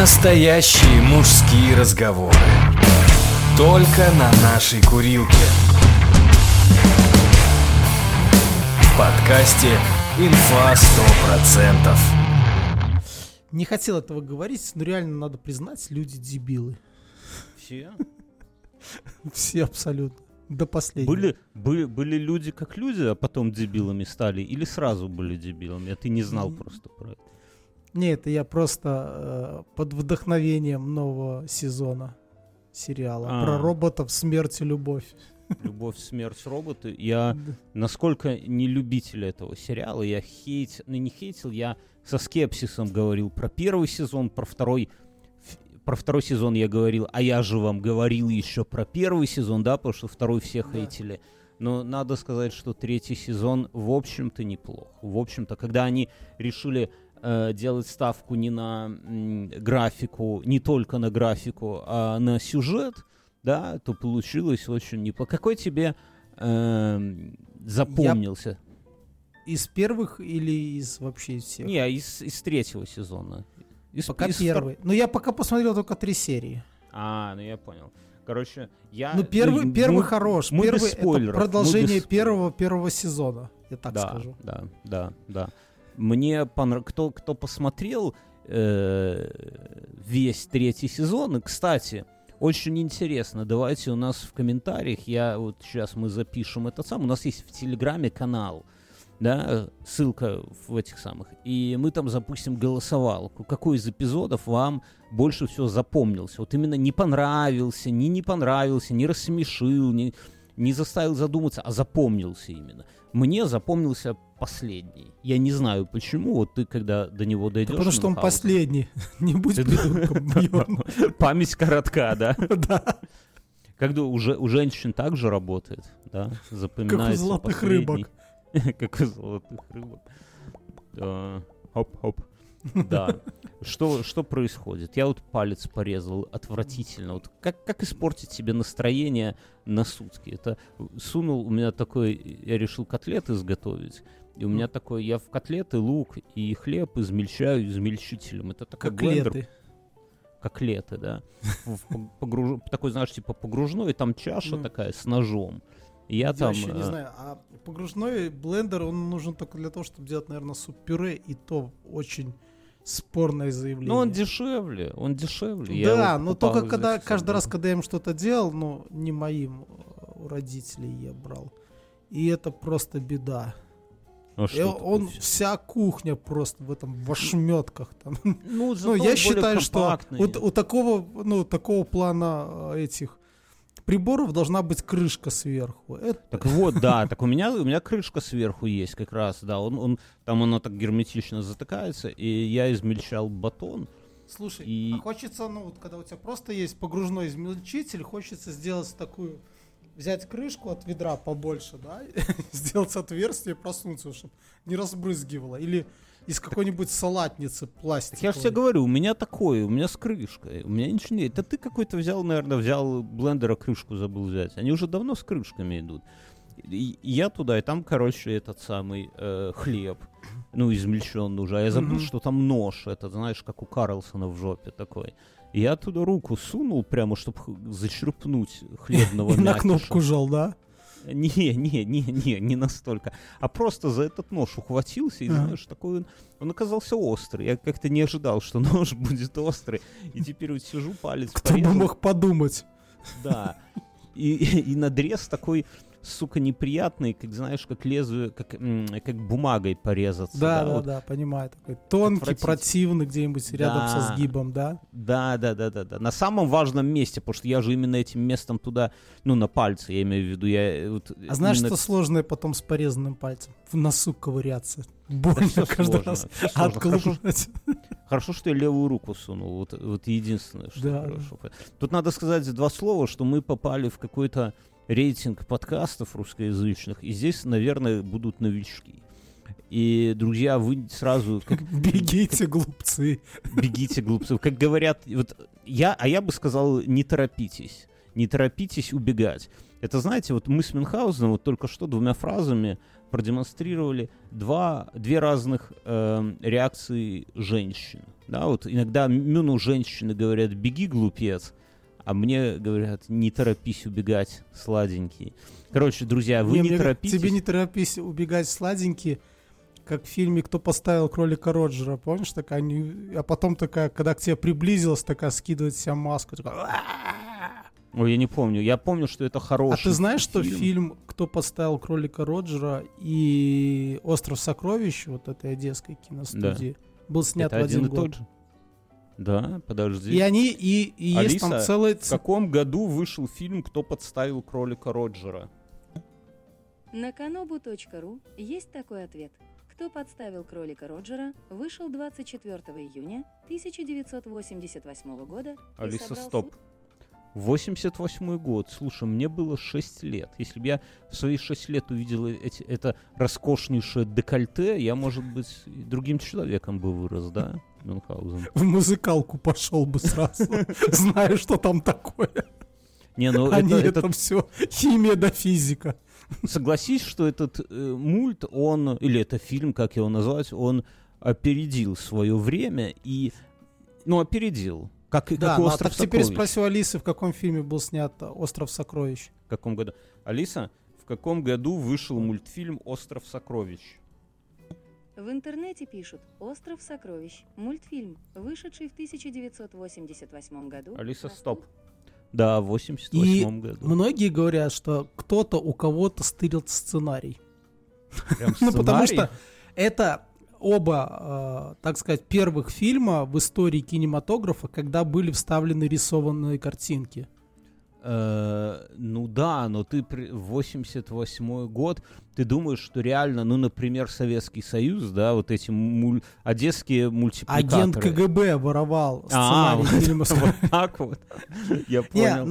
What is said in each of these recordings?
Настоящие мужские разговоры. Только на нашей курилке. В подкасте «Инфа 100%». Не хотел этого говорить, но реально надо признать, люди дебилы. Все? Все абсолютно. До последнего. Были люди как люди, а потом дебилами стали? Или сразу были дебилами, а ты не знал просто про это? Не, это я просто под вдохновением нового сезона сериала про роботов «Смерть и любовь». «Любовь, смерть, роботы». Я, насколько не любитель этого сериала, я не хейтил, я со скепсисом говорил про первый сезон, про второй сезон я говорил, а я же вам говорил еще про первый сезон, да, потому что второй все хейтили. Но надо сказать, что третий сезон, в общем-то, неплох. В общем-то, когда они решили делать ставку не на графику, не только на графику, а на сюжет, да, то получилось очень неплохо. Какой тебе запомнился? Из первых или из вообще всех? Не, из третьего сезона. Пока первый. Но я пока посмотрел только 3 серии. Ну я понял. Короче, я... Ну, первый хорош. Первый это продолжение первого сезона, я так скажу. Да. Мне понравилось... Кто посмотрел весь третий сезон, и, кстати, очень интересно, давайте у нас в комментариях, вот сейчас мы запишем у нас есть в Телеграме канал, да, ссылка в этих самых, и мы там запустим голосовалку, какой из эпизодов вам больше всего запомнился, вот именно не понравился, не понравился, не рассмешил, не заставил задуматься, а запомнился именно. Мне запомнился последний. Я не знаю почему, вот ты когда до него дойдешь... Потому что он последний, не будь придурком. Память коротка, да? Да. Когда у женщин так же работает, да? Запоминается как у золотых рыбок. Как у золотых рыбок. Хоп-хоп. Да. Что происходит? Я вот палец порезал отвратительно. Вот как испортить себе настроение на сутки? Это сунул, у меня такой, я решил котлеты изготовить. И у меня такой, я в котлеты, лук и хлеб измельчаю измельчителем. Это такой блендер. Котлеты, да. Такой, знаешь, типа погружной, там чаша такая с ножом. Я еще не знаю, а погружной блендер, он нужен только для того, чтобы делать, наверное, суп-пюре, и то очень спорное заявление. Ну, он дешевле. Да, но только каждый раз, когда я им что-то делал, не моим, у родителей я брал. И это просто беда. Вся кухня просто в этом, в ошметках там. Я считаю, что у такого плана этих приборов должна быть крышка сверху. Так вот, да, так у меня крышка сверху есть как раз, да, там оно так герметично затыкается, и я измельчал батон. Слушай, хочется, когда у тебя просто есть погружной измельчитель, хочется сделать такую, взять крышку от ведра побольше, да, сделать отверстие и проснуться, чтобы не разбрызгивало, или из какой-нибудь салатницы пластиковой. Так я же тебе говорю, у меня с крышкой, у меня ничего нет. Это ты какой-то взял блендера, крышку забыл взять. Они уже давно с крышками идут. И я туда, и там, короче, этот самый хлеб, измельченный уже. А я забыл, что там нож, этот, знаешь, как у Карлсона в жопе такой. И я туда руку сунул прямо, чтобы зачерпнуть хлебного мякиша. На кнопку жал, да? Не настолько. А просто за этот нож ухватился, и, знаешь, такой он оказался острый. Я как-то не ожидал, что нож будет острый. И теперь вот сижу, палец порезал. Кто бы мог подумать. Да. И надрез такой, сука, неприятный, как, знаешь, как лезвие, как бумагой порезаться. Да, понимаю. Такой тонкий, противный, где-нибудь рядом со сгибом, да? Да. На самом важном месте, потому что я же именно этим местом туда, на пальце, я имею в виду. А знаешь, что сложное потом с порезанным пальцем? В носу ковыряться. Больно каждый раз отклубать. Хорошо, что я левую руку сунул. Вот единственное, что хорошо. Тут надо сказать 2 слова, что мы попали в какой-то рейтинг подкастов русскоязычных, и здесь, наверное, будут новички. И, друзья, вы сразу... Бегите, глупцы. Бегите, глупцы. Как говорят... я бы сказал, не торопитесь. Не торопитесь убегать. Это, знаете, мы с Мюнхгаузеном только что 2 фразами продемонстрировали две разных реакции женщин. Да, вот иногда женщины говорят «беги, глупец», а мне говорят «не торопись убегать, сладенький». Короче, друзья, вы не торопитесь. Тебе не торопись убегать, сладенький, как в фильме «Кто поставил кролика Роджера», помнишь, такая, а потом такая, когда к тебе приблизилась, такая скидывает себе маску, такая... Ой, я не помню. Я помню, что это хороший фильм. А ты знаешь, что фильм «Кто поставил кролика Роджера» и «Остров сокровищ», вот этой одесской киностудии, был снят это в один год? Тот же? Да, подожди. И они, и Алиса, есть там целый... в каком году вышел фильм «Кто подставил кролика Роджера»? На kanobu.ru есть такой ответ. «Кто подставил кролика Роджера» вышел 24 июня 1988 года. Алиса, стоп. 88 год. Слушай, мне было 6 лет. Если бы я в свои 6 лет увидел это роскошнейшее декольте, я, может быть, другим человеком бы вырос, да, Мюнхгаузен? В музыкалку пошел бы сразу, зная, что там такое. Не, ну это все химия да физика. Согласись, что этот мульт, или это фильм, как его назвать, он опередил свое время и... опередил. Как «Остров сокровищ». Теперь спроси у Алисы, в каком фильме был снят «Остров сокровищ». В каком году? Алиса, в каком году вышел мультфильм «Остров сокровищ»? В интернете пишут «Остров сокровищ». Мультфильм, вышедший в 1988 году. Алиса, стоп. Да, в 88 году. И многие говорят, что кто-то у кого-то стырил сценарий. Прям сценарий? Потому что это... оба, так сказать, первых фильма в истории кинематографа, когда были вставлены рисованные картинки. Ну да, но ты в 88-й год, ты думаешь, что реально, например, Советский Союз, да, вот эти одесские мультипликаторы. Агент КГБ воровал сценарий фильма. Вот так вот. Я понял.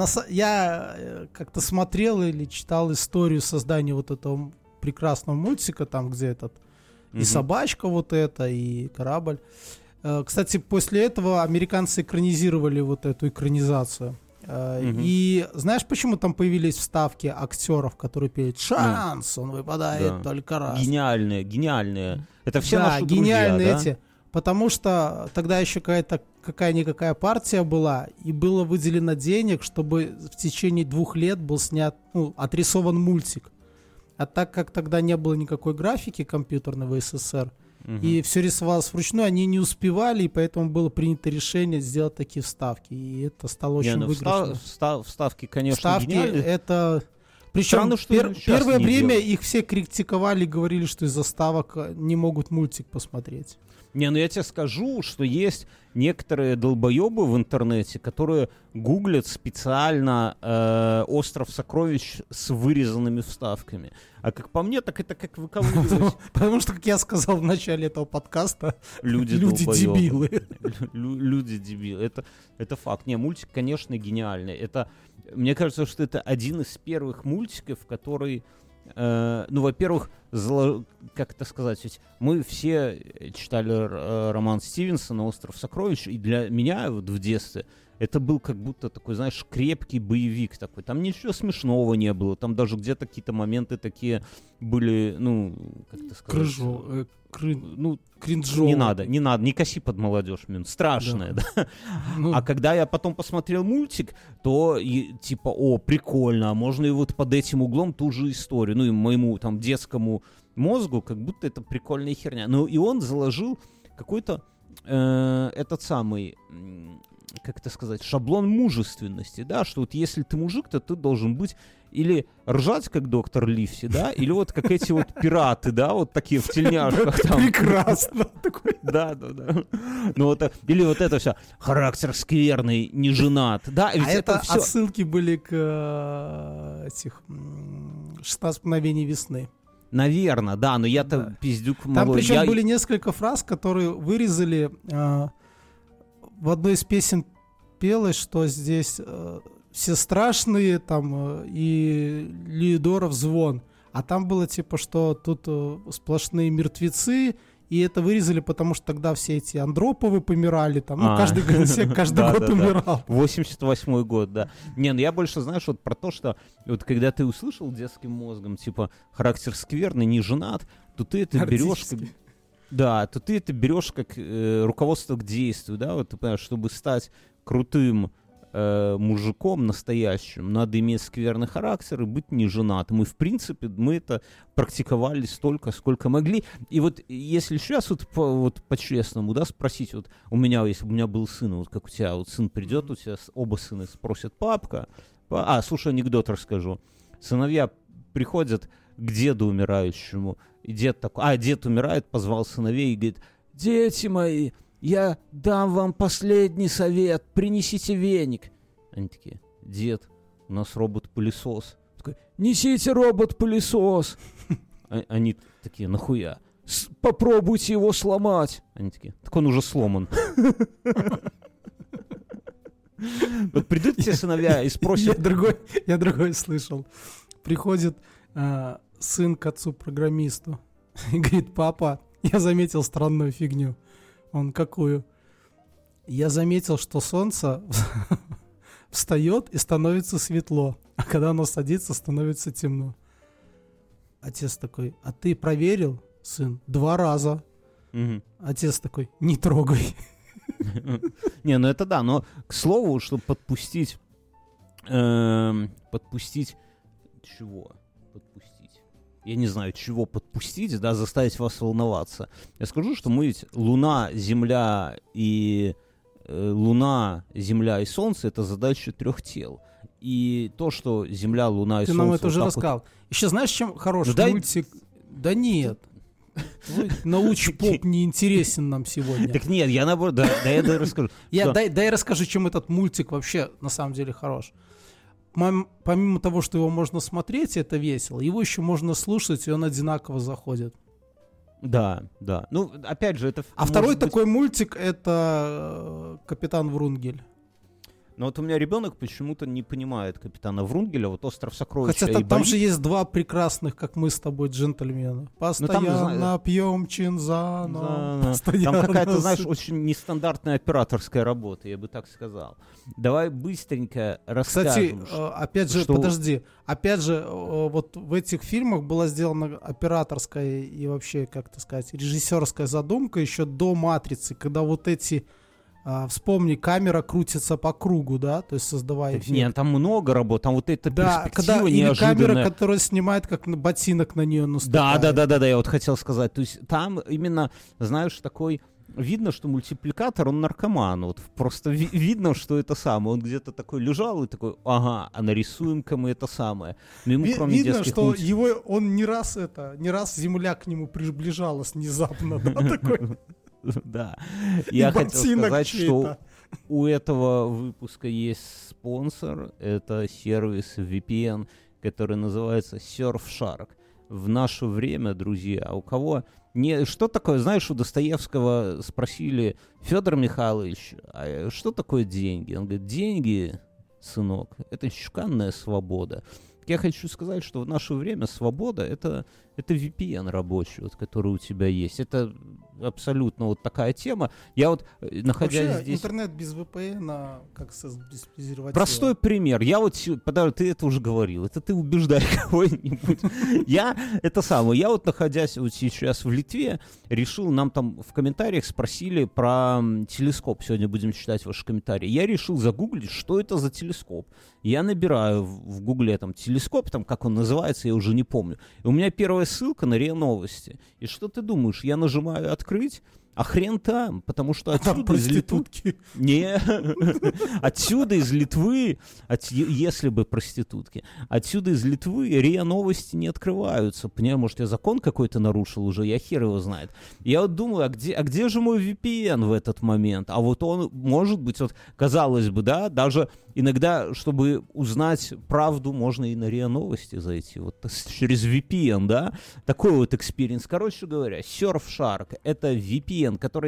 Я как-то смотрел или читал историю создания вот этого прекрасного мультика, там, где этот и собачка вот эта, и корабль. Кстати, после этого американцы экранизировали вот эту экранизацию. И знаешь, почему там появились вставки актеров, которые пели «Шанс, он выпадает только раз». Гениальные. Это все наши гениальные друзья, эти. Потому что тогда еще какая-никакая партия была, и было выделено денег, чтобы в течение 2 лет был снят, отрисован мультик. А так как тогда не было никакой графики компьютерной в СССР, и все рисовалось вручную, они не успевали, и поэтому было принято решение сделать такие вставки. И это стало очень выигрышно. Вставки, конечно, гениальные. Это... Причем первое время их все критиковали, говорили, что из-за ставок не могут мультик посмотреть. Я тебе скажу, что есть некоторые долбоебы в интернете, которые гуглят специально «Остров сокровищ» с вырезанными вставками. А как по мне, так это как выковыривать... Потому что, как я сказал в начале этого подкаста, люди дебилы. Люди дебилы. Это факт. Мультик, конечно, гениальный. Мне кажется, что это один из первых мультиков, который... во-первых, как это сказать, ведь мы все читали роман Стивенсона «Остров сокровищ», и для меня вот в детстве это был как будто такой, знаешь, крепкий боевик такой. Там ничего смешного не было, там даже где-то какие-то моменты такие были, как это сказать... Кринжово. Не надо, не коси под молодежь, страшное, да. А когда я потом посмотрел мультик, то прикольно, а можно и вот под этим углом ту же историю, и моему там детскому мозгу, как будто это прикольная херня. И он заложил какой-то этот самый, как это сказать, шаблон мужественности, да, что вот если ты мужик, то ты должен быть или ржать, как доктор Ливси, да, или вот как эти вот пираты, да, вот такие в тельняшках там. Прекрасно. Да. Или вот это все, характер скверный, не женат, да. А это отсылки были к 16 мгновений весны. Наверное, да, но я-то пиздюк малой. Там причем были несколько фраз, которые вырезали. В одной из песен пелось, что здесь все страшные, там, и Леодоров звон. А там было что тут сплошные мертвецы, и это вырезали, потому что тогда все эти Андроповы помирали, там, каждый год умирал. 88-й год, да. Я больше, знаешь, вот про то, что вот когда ты услышал детским мозгом, характер скверный, не женат, то ты это берешь... Да, то ты это берешь как руководство к действию, да, вот ты понимаешь, чтобы стать крутым мужиком настоящим, надо иметь скверный характер и быть неженатым. И, в принципе, мы это практиковали столько, сколько могли. И вот если сейчас вот по-честному, да, спросить, вот у меня, если бы у меня был сын, вот как у тебя, вот сын придет, у тебя оба сына спросят: папка, слушай, анекдот расскажу. Сыновья приходят к деду умирающему, и дед такой, дед умирает, позвал сыновей и говорит: дети мои, я дам вам последний совет, принесите веник. Они такие: дед, у нас робот-пылесос. Такой: несите робот-пылесос. Они такие: нахуя? Попробуйте его сломать. Они такие: так он уже сломан. Вот придут те сыновья и спросят... Я другой слышал. Приходит сын к отцу-программисту и говорит: папа, я заметил странную фигню. Он: какую? Я заметил, что солнце встает и становится светло, а когда оно садится, становится темно. Отец такой: а ты проверил, сын? 2 раза. Отец такой: не трогай. Не, ну это да, но к слову, чтобы подпустить чего? Подпустить. Я не знаю, чего подпустить, да, заставить вас волноваться. Я скажу, что мы ведь Луна, Земля и Солнце — это задача 3 тел. И то, что Земля, Луна и Солнце... Ты нам это уже рассказал. Еще знаешь, чем хороший мультик? Да нет. Научпоп не интересен нам сегодня. Так нет, я наоборот, да я расскажу. Я расскажу, чем этот мультик вообще на самом деле хорош. Помимо того, что его можно смотреть, это весело, его еще можно слушать, и он одинаково заходит. Да. Ну, опять же, это... А второй такой мультик — это «Капитан Врунгель». Но вот у меня ребенок почему-то не понимает «Капитана Врунгеля», вот «Остров сокровищ». Хотя там же есть 2 прекрасных, как мы с тобой, джентльмена. Постоянно пьем чинзано. Там какая-то, знаешь, очень нестандартная операторская работа, я бы так сказал. Давай быстренько расскажем. Кстати, опять же, подожди. Опять же, вот в этих фильмах была сделана операторская и вообще, как так сказать, режиссерская задумка еще до «Матрицы», когда вот эти... вспомни, камера крутится по кругу, да, то есть создавая эффект. Нет, там много работ, там вот эта перспектива неожиданная. Или камера, которая снимает, как ботинок на нее наступает. Да, я вот хотел сказать. То есть там именно, знаешь, такой... Видно, что мультипликатор, он наркоман. Вот просто видно, что это самое. Он где-то такой лежал и такой: ага, а нарисуем-ка мы это самое. Но ему, кроме видно, что он не раз земля к нему приближалась внезапно, да, такой... Да. Я хотел сказать, что у этого выпуска есть спонсор. Это сервис VPN, который называется Surfshark. В наше время, друзья, у кого... Что такое, знаешь, у Достоевского спросили: Федор Михайлович, а что такое деньги? Он говорит: деньги, сынок, это чеканная свобода. Я хочу сказать, что в наше время свобода — это VPN рабочий, вот, который у тебя есть. Это абсолютно вот такая тема. Я вот, находясь вообще, здесь... интернет без VPN, как без презерватива. Простой пример. Я вот... Ты это уже говорил. Это ты убеждай кого-нибудь. Я вот, находясь вот сейчас в Литве, решил, нам там в комментариях спросили про телескоп. Сегодня будем читать ваши комментарии. Я решил загуглить, что это за телескоп. Я набираю в гугле там телескоп, там как он называется, я уже не помню. И у меня первая ссылка на РИА Новости. И что ты думаешь? Я нажимаю «Открыть», а хрен там, потому что отсюда из Литвы... Не, отсюда из Литвы, если бы проститутки, отсюда из Литвы РИА Новости не открываются. Понимаю, может, я закон какой-то нарушил уже, я хер его знает. Я вот думаю, а где же мой VPN в этот момент? А вот он, может быть, вот, казалось бы, да, даже иногда, чтобы узнать правду, можно и на РИА Новости зайти, вот через VPN, да, такой вот экспириенс. Короче говоря, Surfshark — это VPN, который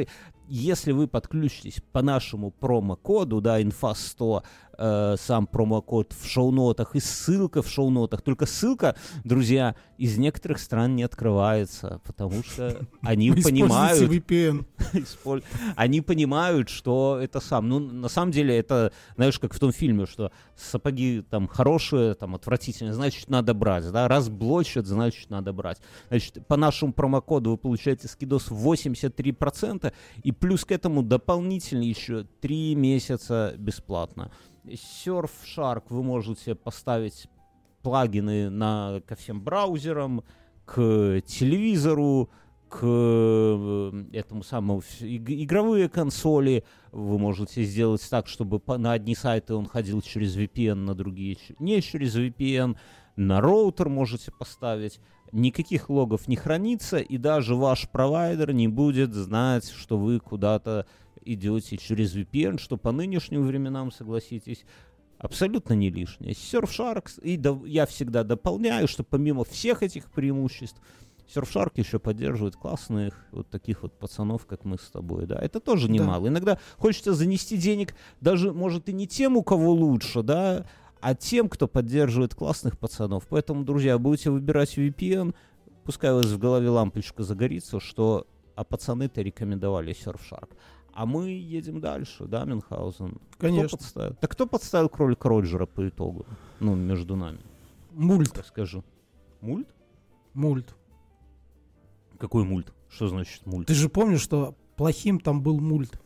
если вы подключитесь по нашему промокоду, да, инфа100, сам промокод в шоу-нотах и ссылка в шоу-нотах, только ссылка, друзья, из некоторых стран не открывается, потому что они понимают... VPN. Они понимают, что это сам... Ну, на самом деле, это, знаешь, как в том фильме, что сапоги там хорошие, там отвратительные, значит, надо брать, да, раз блочат, значит, надо брать. Значит, по нашему промокоду вы получаете скидос в 83%, и плюс к этому дополнительно еще 3 месяца бесплатно. Surfshark вы можете поставить плагины ко всем браузерам, к телевизору, к этому самому игровые консоли. Вы можете сделать так, чтобы на одни сайты он ходил через VPN, на другие не через VPN. На роутер можете поставить. Никаких логов не хранится, и даже ваш провайдер не будет знать, что вы куда-то идете через VPN, что по нынешним временам, согласитесь, абсолютно не лишнее. Surfshark, и я всегда дополняю, что помимо всех этих преимуществ, Surfshark еще поддерживает классных вот таких вот пацанов, как мы с тобой, да. Это тоже немало. Да. Иногда хочется занести денег даже, может, и не тем, у кого лучше, да, а тем, кто поддерживает классных пацанов. Поэтому, друзья, будете выбирать VPN, пускай у вас в голове лампочка загорится, что пацаны-то рекомендовали Surfshark. А мы едем дальше, да, Мюнхгаузен? Конечно. Кто подставил кролика Роджера по итогу? Ну, между нами. Мульт. Скажу. Мульт? Мульт. Какой мульт? Что значит мульт? Ты же помнишь, что плохим там был мульт?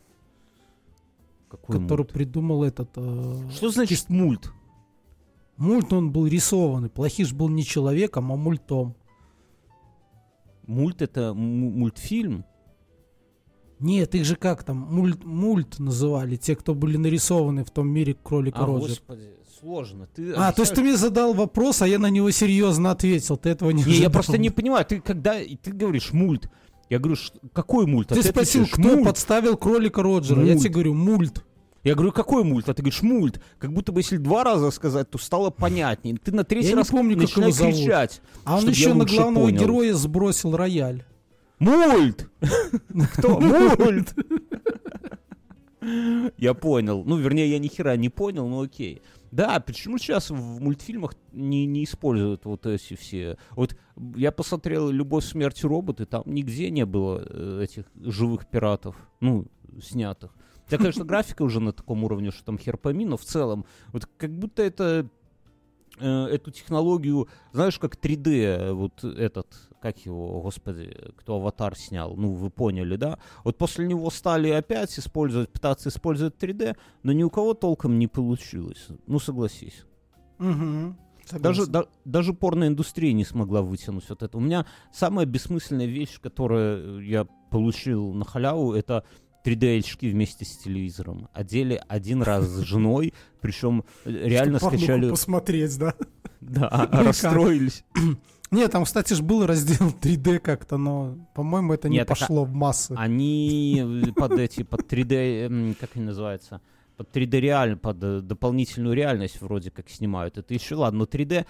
Какой который мульт? Придумал этот... Что значит мульт? Мульт, он был рисованный. Плохиш был не человеком, а мультом. Мульт — это мультфильм? Нет, их же как там, мульт называли, те, кто были нарисованы в том мире кролика Роджера. Господи, сложно. То есть ты мне задал вопрос, а я на него серьезно ответил, ты этого не ожидал. Я просто не понимаю, ты говоришь мульт, я говорю, какой мульт? Ты спросил, кто подставил кролика Роджера, я тебе говорю, мульт. Я говорю, какой мульт? А ты говоришь, мульт. Как будто бы если 2 раза сказать, то стало понятнее. Ты на 3-й раз начинаешь кричать. А он еще на главного героя сбросил рояль. Мульт! Кто? Мульт! Я понял. Ну, вернее, я ни хера не понял, но окей. Да, почему сейчас в мультфильмах не используют вот эти все... Вот я посмотрел «Любовь, смерть и роботы», там нигде не было этих живых пиратов, ну, снятых. Да, конечно, графика уже на таком уровне, что там хер пойми, но в целом, вот как будто эту технологию, знаешь, как 3D, вот этот, как его, господи, кто «Аватар» снял, ну, вы поняли, да? Вот после него стали опять пытаться использовать 3D, но ни у кого толком не получилось, ну, согласись. Угу. Даже порноиндустрия не смогла вытянуть вот это. У меня самая бессмысленная вещь, которую я получил на халяву, это 3D-очки вместе с телевизором. Одели один раз с женой, причем реально скачали... посмотреть, да? Да, расстроились. Нет, там, кстати, же был раздел 3D как-то, но, по-моему, это не пошло в массы. Они под 3D, как они называются? Под 3D под дополнительную реальность вроде как снимают. Это еще ладно, но 3D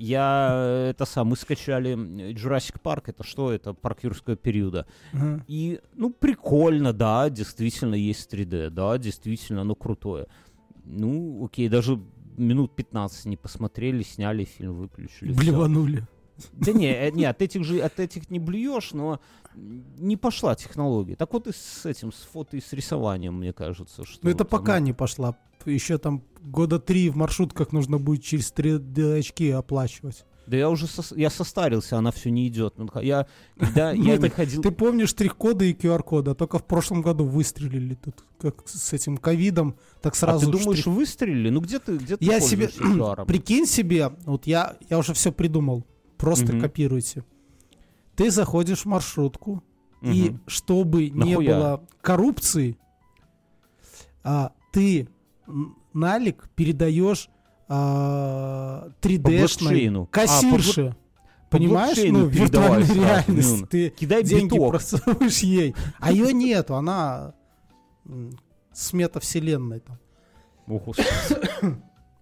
мы скачали Jurassic Park, это что? Это парк юрского периода. И, ну, прикольно, да, действительно есть 3D, да, действительно, оно крутое. Ну, окей, даже минут 15 не посмотрели, сняли фильм, выключили. Блеванули. Да не, от этих не блюешь, но не пошла технология. Так вот и с фото и с рисованием, мне кажется. Что это пока не пошла. Еще там 3 года в маршрутках нужно будет через 3D-очки оплачивать. Да я состарился, она все не идет. Я не ходил... Ты помнишь штрих-коды и QR-коды, а только в прошлом году выстрелили тут, как с этим ковидом, так сразу... А ты думаешь, выстрелили? Ну где ты я себе прикинь себе, вот я уже все придумал. Просто копируйте. Ты заходишь в маршрутку, и чтобы не было коррупции, ты налик передаешь 3D-шной кассирше. Понимаешь? Ну, в виртуальной реальности. Ты деньги просовываешь ей. А ее нету, она с метавселенной там.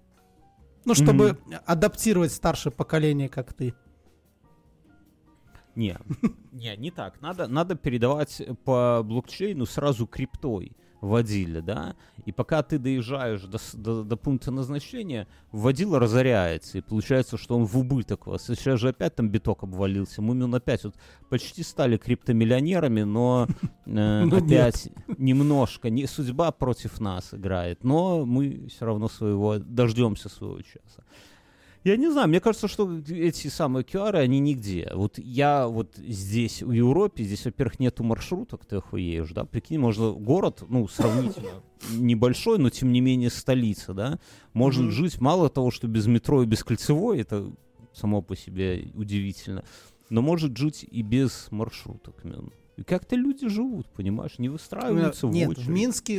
Ну, чтобы адаптировать старшее поколение, как ты. Не так. Надо передавать по блокчейну сразу криптой водиле, да, и пока ты доезжаешь до пункта назначения, водила разоряется, и получается, что он в убыток вас. И сейчас же опять там биток обвалился, мы опять вот почти стали криптомиллионерами, но опять немножко, судьба против нас играет, но мы все равно дождемся своего часа. Я не знаю, мне кажется, что эти самые QR, они нигде. Вот я вот здесь, в Европе, здесь, во-первых, нету маршруток, ты охуеешь, да, прикинь, можно город, сравнительно небольшой, но тем не менее столица, да, может жить, мало того, что без метро и без кольцевой, это само по себе удивительно, но может жить и без маршруток. И как-то люди живут, понимаешь, не выстраиваются в очередь. Нет, в Минске,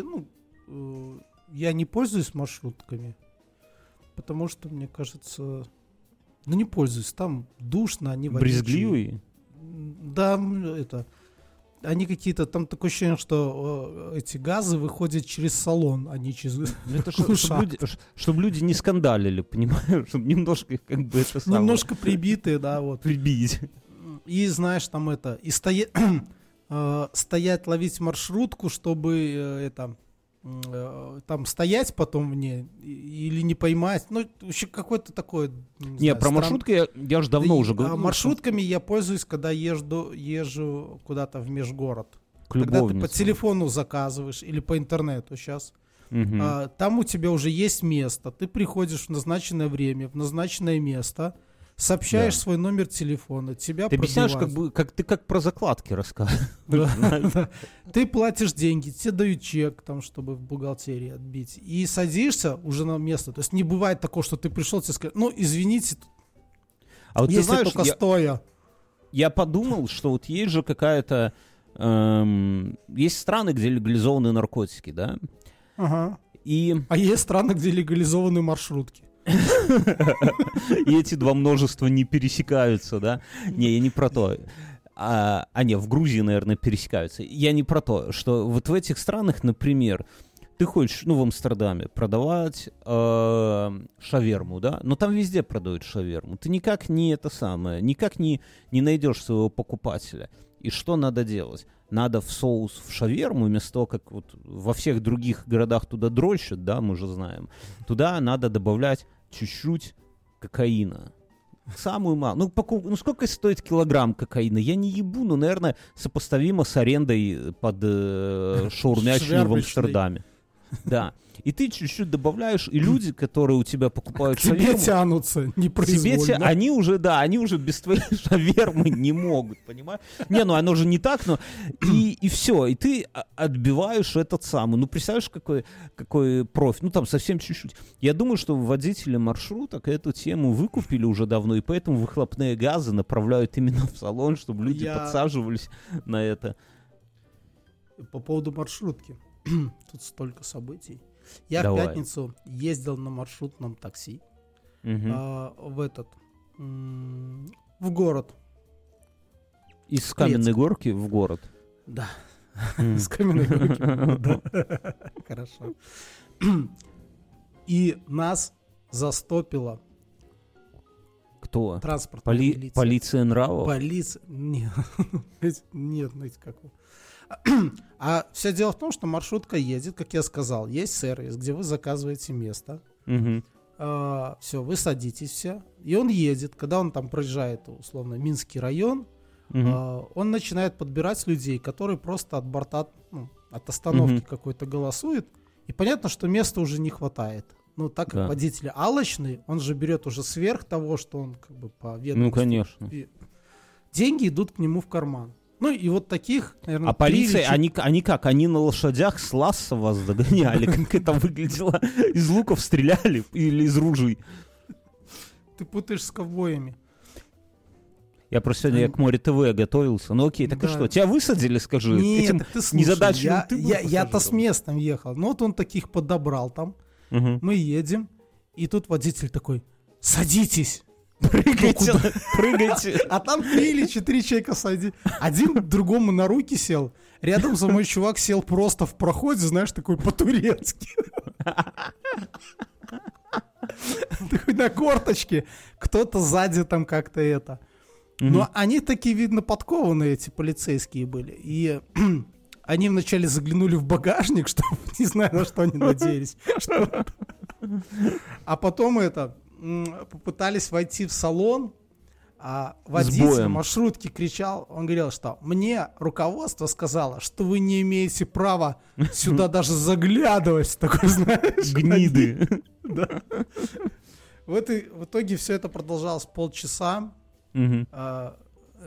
я не пользуюсь маршрутками. Потому что, мне кажется, не пользуюсь. Там душно, они водичие. Брезгливые? Да, они какие-то, там такое ощущение, что эти газы выходят через салон, а не через чтобы люди не скандалили, понимаешь? Чтобы немножко как бы это самое... Немножко прибитые, да, вот. Прибить. И знаешь, там и стоять, ловить маршрутку, чтобы там стоять потом мне или не поймать. Вообще какое-то такое... Про маршрутки я же давно уже говорил. Маршрутками я пользуюсь, когда езжу куда-то в межгород. Когда ты по телефону заказываешь или по интернету сейчас. Там у тебя уже есть место. Ты приходишь в назначенное время, в назначенное место, сообщаешь свой номер телефона, тебя ты объясняешь, как про закладки рассказываешь. Ты платишь деньги, тебе дают чек, там, чтобы в бухгалтерии отбить, и садишься уже на место. То есть не бывает такого, что ты пришел, тебе сказали, извините, а вот если ты знаешь, только стоя. Я подумал, что вот есть же какая-то... есть страны, где легализованы наркотики, да? Ага. А есть страны, где легализованы маршрутки. И эти два множества не пересекаются, да? Не, я не про то. В Грузии, наверное, пересекаются. Я не про то, что вот в этих странах, например, ты хочешь, в Амстердаме продавать шаверму, да? Но там везде продают шаверму. Ты никак не найдешь своего покупателя. И что надо делать? Надо в соус в шаверму, вместо того, как вот во всех других городах туда дрочат, да, мы же знаем, туда надо добавлять чуть-чуть кокаина. Самую малую. Сколько стоит килограмм кокаина? Я не ебу, но, наверное, сопоставимо с арендой под шаурмячную в Амстердаме. Да. И ты чуть-чуть добавляешь, и люди, которые у тебя покупают шаверму... Тебе тянутся непроизвольно. Они уже без твоей шавермы не могут, понимаешь? Оно же не так, но... И все, и ты отбиваешь этот самый. Представляешь, какой профиль? Там совсем чуть-чуть. Я думаю, что водители маршруток эту тему выкупили уже давно, и поэтому выхлопные газы направляют именно в салон, чтобы люди подсаживались на это. По поводу маршрутки. Тут столько событий. Я в пятницу ездил на маршрутном такси в город. Из Каменной Горки в город? Да. С Каменной Горки. Хорошо. И нас застопила. Кто? Транспортная милиция. Полиция нравов? Полиция. Нет, как вы. А все дело в том, что маршрутка едет, как я сказал, есть сервис, где вы заказываете место. Все, вы садитесь все, и он едет. Когда он там проезжает, условно, Минский район, он начинает подбирать людей, которые просто от борта, от остановки какой-то голосуют. И понятно, что места уже не хватает. Так как водитель алчный, он же берет уже сверх того, что он как бы по ведомости. Конечно. Деньги идут к нему в карман. И вот таких, наверное... А полиция, они как? Они на лошадях с Ласса вас догоняли? Как это выглядело? Из луков стреляли или из ружей? Ты путаешь с ковбоями. Я просто сегодня к Море ТВ готовился. Окей, так и что? Тебя высадили, скажи? Нет, так ты слушай, я-то с местом ехал. Он таких подобрал там. Мы едем, и тут водитель такой: садитесь! Прыгайте. А там 3 или 4 человека садились. Один другому на руки сел. Рядом за мой чувак сел просто в проходе, знаешь, такой по-турецки. Такой на корточке. Кто-то сзади там как-то Но они такие, видно, подкованные, эти полицейские были. И они вначале заглянули в багажник, чтобы, не знаю, на что они надеялись. А потом попытались войти в салон, а водитель маршрутки кричал, он говорил, что мне руководство сказало, что вы не имеете права сюда даже заглядывать. Такой, знаешь, гниды. Да. В итоге все это продолжалось полчаса. В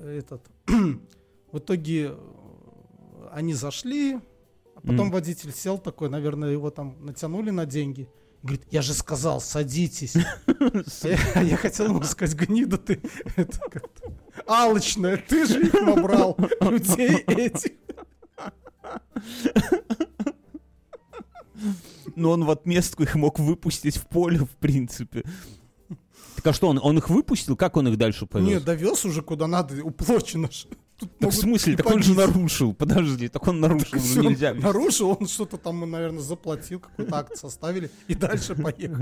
итоге они зашли, а потом водитель сел такой, наверное, его там натянули на деньги. Говорит, я же сказал, садитесь. Я хотел ему сказать, гнида ты, это как-то алчная, ты же их набрал, людей этих. Но он в отместку их мог выпустить в поле, в принципе. Так а что, он их выпустил? Как он их дальше повез? Нет, довез уже куда надо, уплочено же. Так в смысле? Так он же нарушил. Подожди, так он нарушил, уже нельзя. Нарушил, он что-то там, наверное, заплатил, какой-то акт составили и дальше поехал.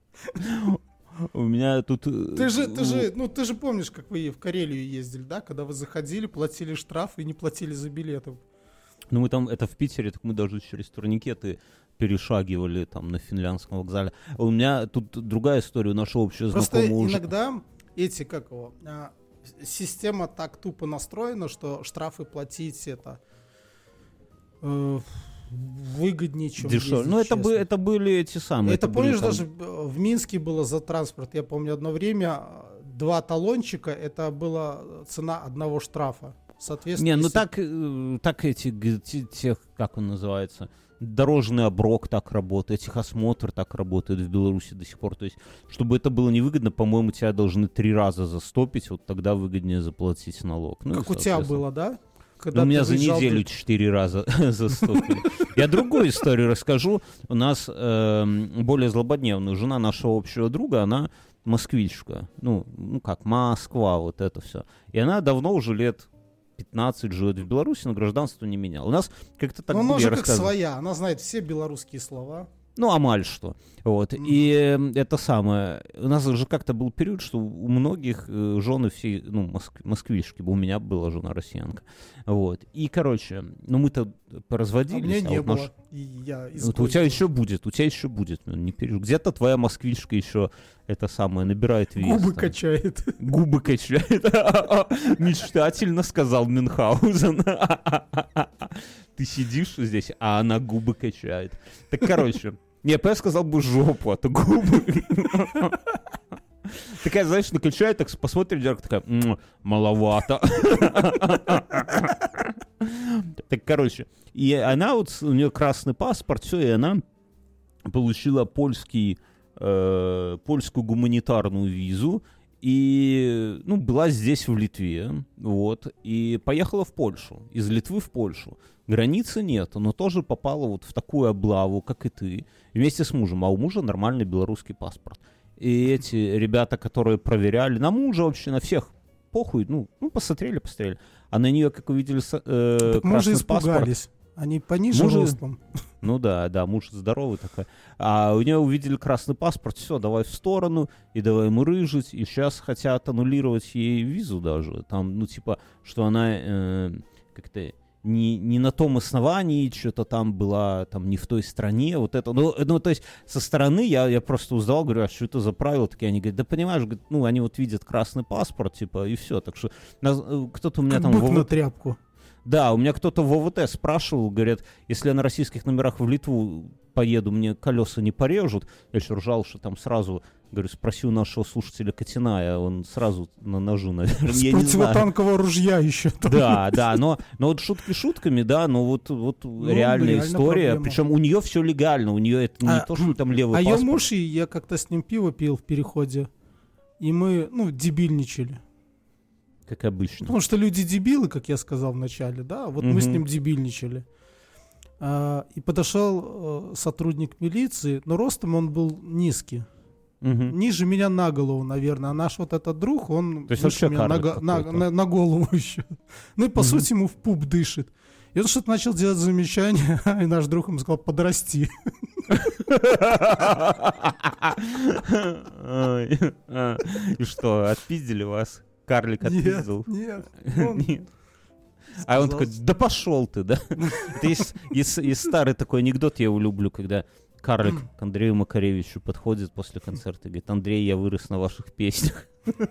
У меня тут... Ты же помнишь, как вы в Карелию ездили, да? Когда вы заходили, платили штраф и не платили за билеты. Ну мы там, это в Питере, так мы даже через турникеты перешагивали там на Финляндском вокзале. У меня тут другая история, у нашего общего знакомого. Просто иногда эти, система так тупо настроена, что штрафы платить это выгоднее, чем дешевле. Ну, это были эти самые. Это помнишь, даже в Минске было за транспорт. Я помню, одно время 2 талончика, это была цена одного штрафа. Соответственно, так эти, как он называется, дорожный оброк так работает, техосмотр так работает в Беларуси до сих пор. То есть, чтобы это было невыгодно, по-моему, тебя должны 3 раза застопить, вот тогда выгоднее заплатить налог. Ну, как у тебя было, да? У меня за неделю 4 раза застопили. Я другую историю расскажу. У нас более злободневная жена нашего общего друга, она москвичка. Ну, как Москва, вот это все. И она давно уже лет 15 живет в Беларуси, но гражданство не менял. У нас как-то так... Ну, она же как своя, она знает все белорусские слова. Ну, амаль что. Вот. И это самое... У нас же как-то был период, что у многих жены все, москвички, у меня была жена россиянка. Вот. И, короче, мы-то поразводились. А мне не было. Вот у тебя еще будет, не переживай. Где-то твоя москвичка еще это самое набирает вес. Губы качает. Губы качает. Мечтательно сказал Мюнхгаузен. Ты сидишь здесь, а она губы качает. Так, короче, я сказал бы жопу, а то губы. Такая, знаешь, накачает, так посмотрит в зеркало, такая, маловато. Так, короче, и она вот, у нее красный паспорт, все, и она получила польскую гуманитарную визу, и, была здесь, в Литве, вот, и поехала в Польшу, из Литвы в Польшу. Границы нет, но тоже попала вот в такую облаву, как и ты, вместе с мужем, а у мужа нормальный белорусский паспорт. И эти ребята, которые проверяли, на мужа вообще, на всех, похуй, посмотрели, а на нее, как увидели, красный испугались. паспорт. Они пониже ростом. Ну да, муж здоровый такой. А у нее увидели красный паспорт, все, давай в сторону, и давай мурыжить, и сейчас хотят аннулировать ей визу даже. Там, что она как-то не на том основании, что-то там была там не в той стране, вот это. То есть со стороны я просто узнал, говорю, а что это за правила такие? Они говорят, да понимаешь, они вот видят красный паспорт, и все. Так что кто-то у меня как там... бык на тряпку. Да, у меня кто-то в ОВТ спрашивал, говорят, если я на российских номерах в Литву поеду, мне колеса не порежут. Я еще ржал, что там сразу, говорю, спроси у нашего слушателя Катиная, он сразу на ножу, наверное. С противотанкового ружья еще. Да, но вот шутки шутками, да, но вот реальная история. Проблема. Причем у нее все легально, у нее это не то, что там левый паспорт. А ее муж, я как-то с ним пиво пил в переходе, и мы, дебильничали. Как обычно. Потому что люди дебилы, как я сказал в начале, да, вот мы с ним дебильничали. И подошел сотрудник милиции, но ростом он был низкий. Ниже меня на голову, наверное. А наш вот этот друг, он выше меня на голову еще. Ну и по сути ему в пуп дышит. И он что-то начал делать замечание, и наш друг ему сказал, подрасти. И что, отпиздили вас? Карлик отпиздил? Нет. А он такой, да пошел ты, да? Это есть старый такой анекдот, я его люблю, когда карлик к Андрею Макаревичу подходит после концерта и говорит: Андрей, я вырос на ваших песнях.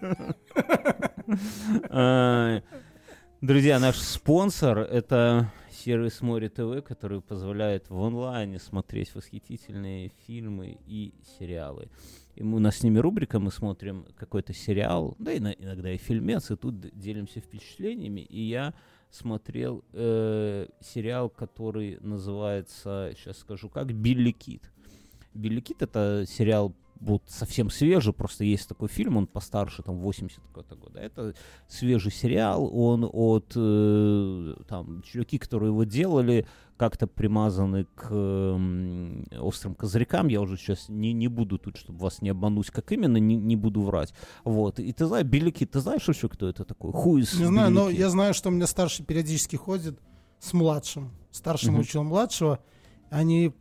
Друзья, наш спонсор — это сервис Море ТВ, который позволяет в онлайне смотреть восхитительные фильмы и сериалы. И у нас с ними рубрика, мы смотрим какой-то сериал, да, иногда и фильмец, и тут делимся впечатлениями. И я смотрел сериал, который называется, сейчас скажу как, «Билли Кид». «Билли Кид» — это сериал вот совсем свежий, просто есть такой фильм, он постарше, там, 80-го года. Это свежий сериал, он от, там, чуваки, которые его делали, как-то примазаны к острым козырькам. Я уже сейчас не буду тут, чтобы вас не обмануть, как именно, не буду врать. Вот. И ты знаешь, Билли Кид, ты знаешь вообще, кто это такой? Не знаю, но я знаю, что у меня старший периодически ходит с младшим. Старший учил младшего. Они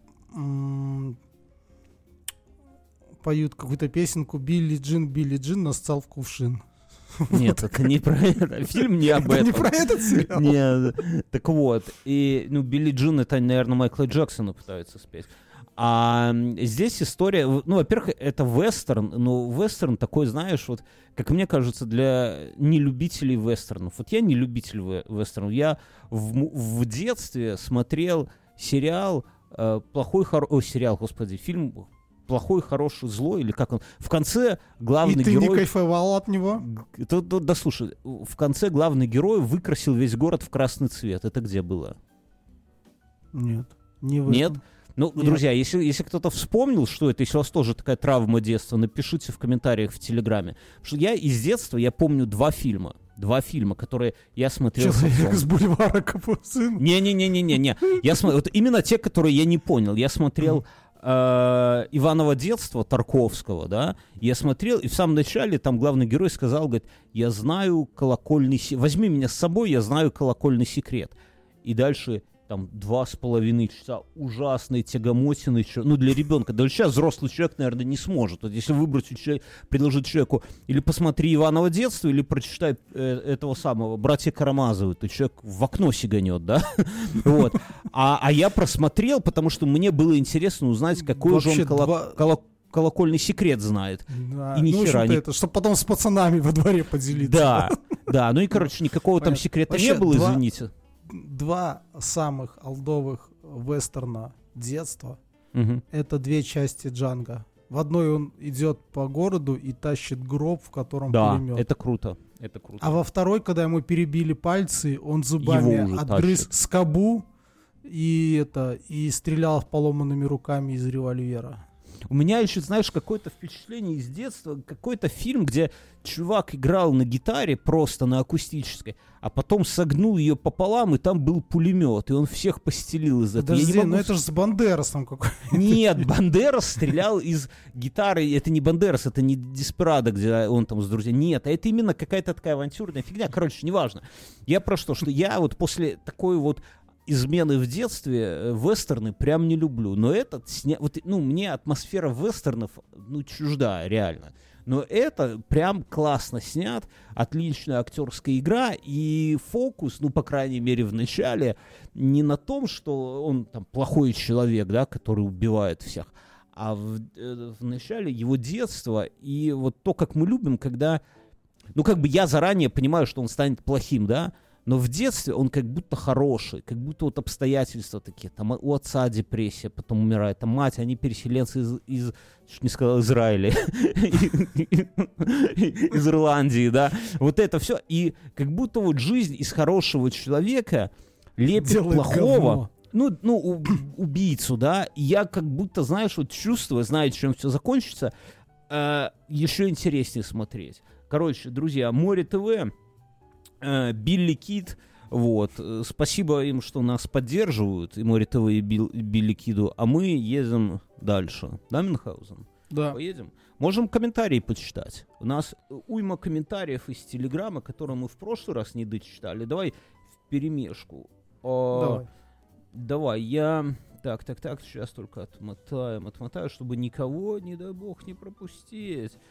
поют какую-то песенку «Билли Джин нассал в кувшин». Нет, это не про это. Фильм не об этом. Не про этот сериал? Нет. Так вот. И, Билли Джин — это, наверное, Майкла Джексона пытаются спеть. А здесь история... во-первых, это вестерн, но вестерн такой, знаешь, вот, как мне кажется, для нелюбителей вестернов. Вот я не любитель вестернов. Я в детстве смотрел сериал фильм «Плохой, хороший, злой», или как он. В конце главный герой... И ты не кайфовал от него? Да слушай, в конце главный герой выкрасил весь город в красный цвет. Это где было? Нет. Не в Нет? этом. Нет. Друзья, если кто-то вспомнил, что это, если у вас тоже такая травма детства, напишите в комментариях в Телеграме. Потому что я из детства, я помню два фильма, которые я смотрел. «Человек с бульвара Капуцин». Не. Я смотрел, вот именно те, которые я не понял. Я смотрел «Иваново детство» Тарковского, да, я смотрел, и в самом начале там главный герой сказал, говорит: я знаю колокольный возьми меня с собой, я знаю колокольный секрет. И дальше там 2,5 часа ужасной тягомотины, для ребенка. Да сейчас взрослый человек, наверное, не сможет. Вот если предложить человеку или посмотри «Иваново детство», или прочитай этого самого «Братья Карамазовы», то человек в окно сиганет, да? Вот. А я просмотрел, потому что мне было интересно узнать, какой же он колокольный секрет знает. Да. И ни хера не... это, чтобы потом с пацанами во дворе поделиться. Да. Никакого там секрета не было, извините. Два самых олдовых вестерна детства — это две части Джанго. В одной он идет по городу и тащит гроб, в котором пулемет. Да, это круто. А во второй, когда ему перебили пальцы, он зубами отгрыз скобу и стрелял поломанными руками из револьвера. У меня еще, знаешь, какое-то впечатление из детства, какой-то фильм, где чувак играл на гитаре просто на акустической, а потом согнул ее пополам, и там был пулемет, и он всех постелил из этого. Подожди, это же с Бандерасом какой-то. Нет, Бандерас стрелял из гитары, это не Бандерас, это не Деспирадо, где он там с друзьями. Нет, это именно какая-то такая авантюрная фигня. Короче, неважно. Я про что я вот после такой вот измены в детстве вестерны прям не люблю. Но этот мне атмосфера вестернов чужда, реально. Но это прям классно снят, отличная актерская игра, и фокус, по крайней мере, в начале, не на том, что он там плохой человек, да, который убивает всех, а в начале его детства, и вот то, как мы любим, когда, я заранее понимаю, что он станет плохим, да, но в детстве он как будто хороший, как будто вот обстоятельства такие. Там у отца депрессия, потом умирает, там мать, они переселенцы из чуть не сказал, Израиля, из Ирландии, да. Вот это все. И как будто вот жизнь из хорошего человека лепит плохого. Убийцу, да. И я как будто, знаешь, вот чувствую, зная, чем все закончится, еще интереснее смотреть. Короче, друзья, Море ТВ, Билли Кид, вот, спасибо им, что нас поддерживают, и Море ТВ, и Билли Киду, а мы едем дальше, да, Мюнхгаузен? Да. Поедем? Можем комментарии почитать. У нас уйма комментариев из Телеграма, которые мы в прошлый раз не дочитали. Давай вперемешку. Давай, я... Так, сейчас только отмотаю, чтобы никого, не дай бог, не пропустить.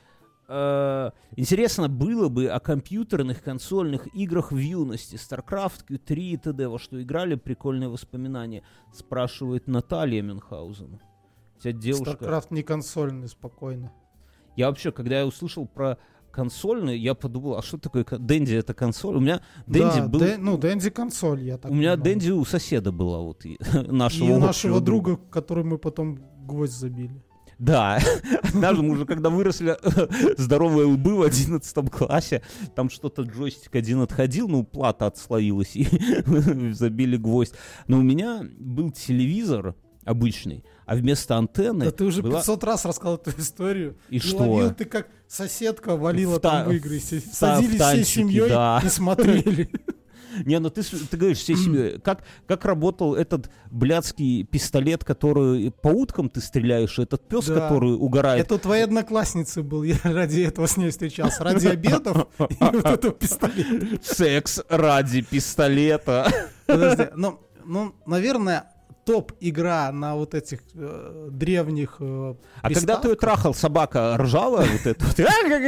интересно было бы о компьютерных консольных играх в юности. StarCraft, Q3 и т.д. Во что играли, прикольные воспоминания. Спрашивает Наталья Мюнхгаузен. Девушка... StarCraft не консольный, спокойно. Я вообще, когда я услышал про консольный, я подумал, а что такое Денди? Это консоль? У меня Денди был... Денди консоль, я так У меня Денди у соседа была, вот, нашего друга, который мы потом гвоздь забили. Да, однажды мы уже, когда выросли, здоровые лбы в 11 классе, там что-то джойстик один отходил, плата отслоилась, и забили гвоздь. Но у меня был телевизор обычный, а вместо антенны... Да ты уже 500 раз рассказал эту историю. И что? Ловил ты, как соседка валила там в игры. Садились всей семьей и смотрели. Не, ну ты говоришь всей семьей. Как работал этот блядский пистолет, который по уткам ты стреляешь, этот пес, который угорает? Это у твоей одноклассницы был. Я ради этого с ней встречался. Ради обедов и вот этого пистолета. Секс ради пистолета. Подожди, наверное... топ-игра на вот этих древних А когда ты ее трахал, собака ржала вот это вот?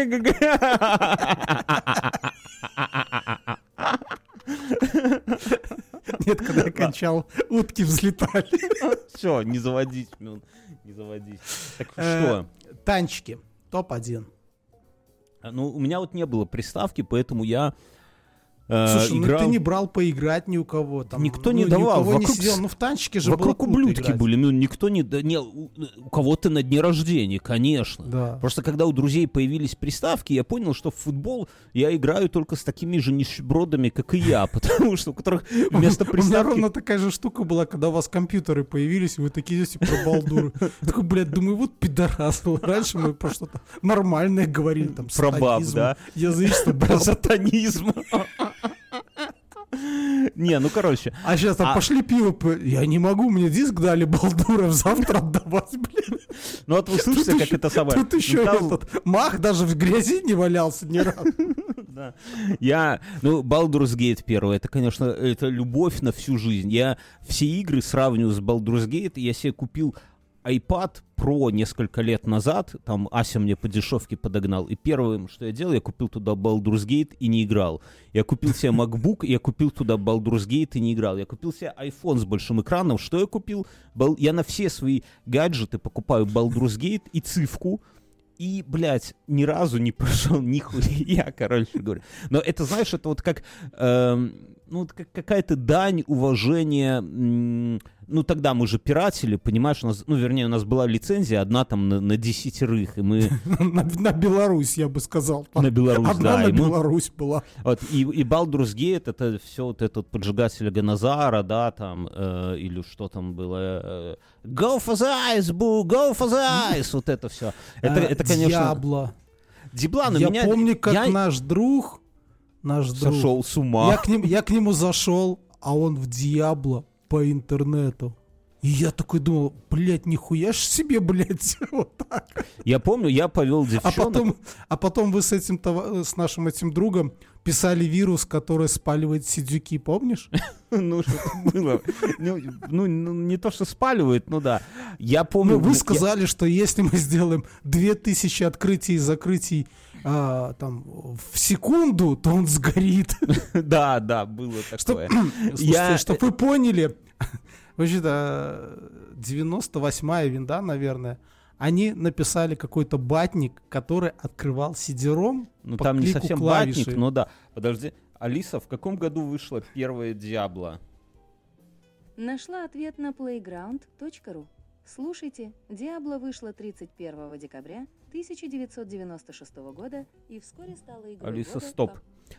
Нет, когда я кончал, утки взлетали. Все, не заводить, не заводить. Так что? Танчики, топ-1. Ну, у меня вот не было приставки, поэтому я... Слушай, играл... ты не брал поиграть ни у кого. Там, никто не давал. Вокруг... не сидел. В танчике же вокруг было ублюдки были. Никто не... у кого-то на дне рождения, конечно. Да. Просто когда у друзей появились приставки, я понял, что в футбол я играю только с такими же нищебродами, как и я. Потому что у которых вместо приставки... У меня ровно такая же штука была, когда у вас компьютеры появились, и вы такие здесь про балдуры. Такой, блядь, думаю, вот пидорас. Раньше мы про что-то нормальное говорили. Там, про баб, да? Язычество, про сатанизм. Не, ну короче. А сейчас там пошли пиво. Я не могу, мне диск дали балдуров завтра отдавать, блин. Ну вот вы слышите, как это самое. Тут еще этот мах даже в грязи не валялся ни разу. Да. Baldur's Gate 1, это, конечно, это любовь на всю жизнь. Я все игры сравниваю с Baldur's Gate, я себе купил iPad Pro несколько лет назад, там Ася мне по дешевке подогнал, и первым, что я делал, я купил туда Baldur's Gate и не играл. Я купил себе MacBook, я купил туда Baldur's Gate и не играл. Я купил себе iPhone с большим экраном. Что я купил? Я на все свои гаджеты покупаю Baldur's Gate и цифку, и, блядь, ни разу не прошел нихуя, короче говоря. Но это, знаешь, это вот как... какая-то дань уважения. Тогда мы же пиратели, понимаешь, у нас была лицензия одна там на 10, и мы... На Беларусь, я бы сказал. На Беларусь, да. Одна на Беларусь была. Вот, и Baldur's Gate, это все вот этот поджигатель Ганазара, да, там, или что там было... Go for the ice, boo, go for the ice, вот это все. Это, конечно... Диабло. Я помню, как наш друг сошел с ума. Я к нему зашел, а он в Диабло по интернету. И я такой думал, блядь, нихуя ж себе, блядь, вот так. Я помню, я повел девчонок. А потом вы с нашим этим другом писали вирус, который спаливает сидюки, помнишь? Ну, что-то было. Не то, что спаливает, да. Я помню... Вы сказали, что если мы сделаем 2000 открытий и закрытий там в секунду, то он сгорит. Да, было такое. Слушайте, чтобы вы поняли, вообще-то 98-я винда, наверное, они написали какой-то батник, который открывал CD-ROM по там клику не совсем клавиши. батник, но да. Подожди, Алиса, в каком году вышло первое Диабло? Нашла ответ на playground.ru. Слушайте, Диабло вышло 31 декабря 1996 года и вскоре стала игрой Алиса, года. стоп.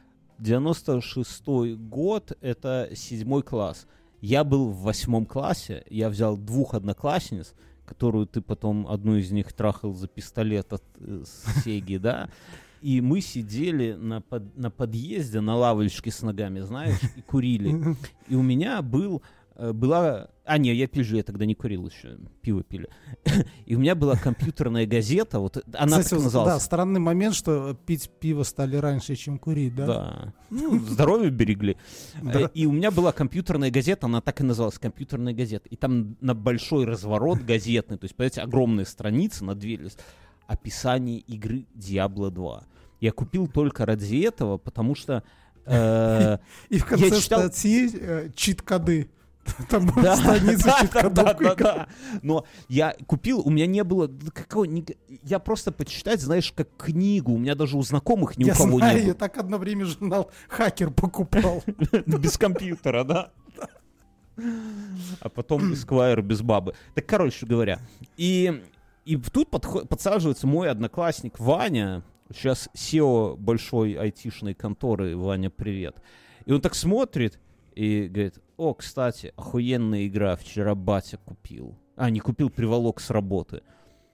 96-й год, это 7 класс. Я был в 8 классе, я взял 2 одноклассниц, которую ты потом, одну из них трахал за пистолет от Сеги, да? И мы сидели на подъезде, на лавочке с ногами, знаешь, и курили. И у меня была... я пизжу, я тогда не курил еще, пиво пили. И у меня была компьютерная газета, вот она Кстати, так называлась. Да, странный момент, что пить пиво стали раньше, чем курить, да? Да. Здоровье берегли. И у меня была компьютерная газета, она так и называлась, компьютерная газета. И там на большой разворот газетный, то есть, понимаете, огромные страницы на 2 листа. описание игры Diablo 2. Я купил только ради этого, потому что... И в конце статьи чит-коды. Там будут страницы чит-кодов. Да. Но я купил, у меня не было... Я просто почитать, знаешь, как книгу. У меня даже у знакомых ни у кого не было. Я так одно время журнал «Хакер» покупал. Без компьютера, да? А потом Esquire без бабы. Так, короче говоря. И тут подсаживается мой одноклассник Ваня. Сейчас SEO большой айтишной конторы. Ваня, привет. И он так смотрит и говорит: о, кстати, охуенная игра, вчера батя купил. Не купил, приволок с работы.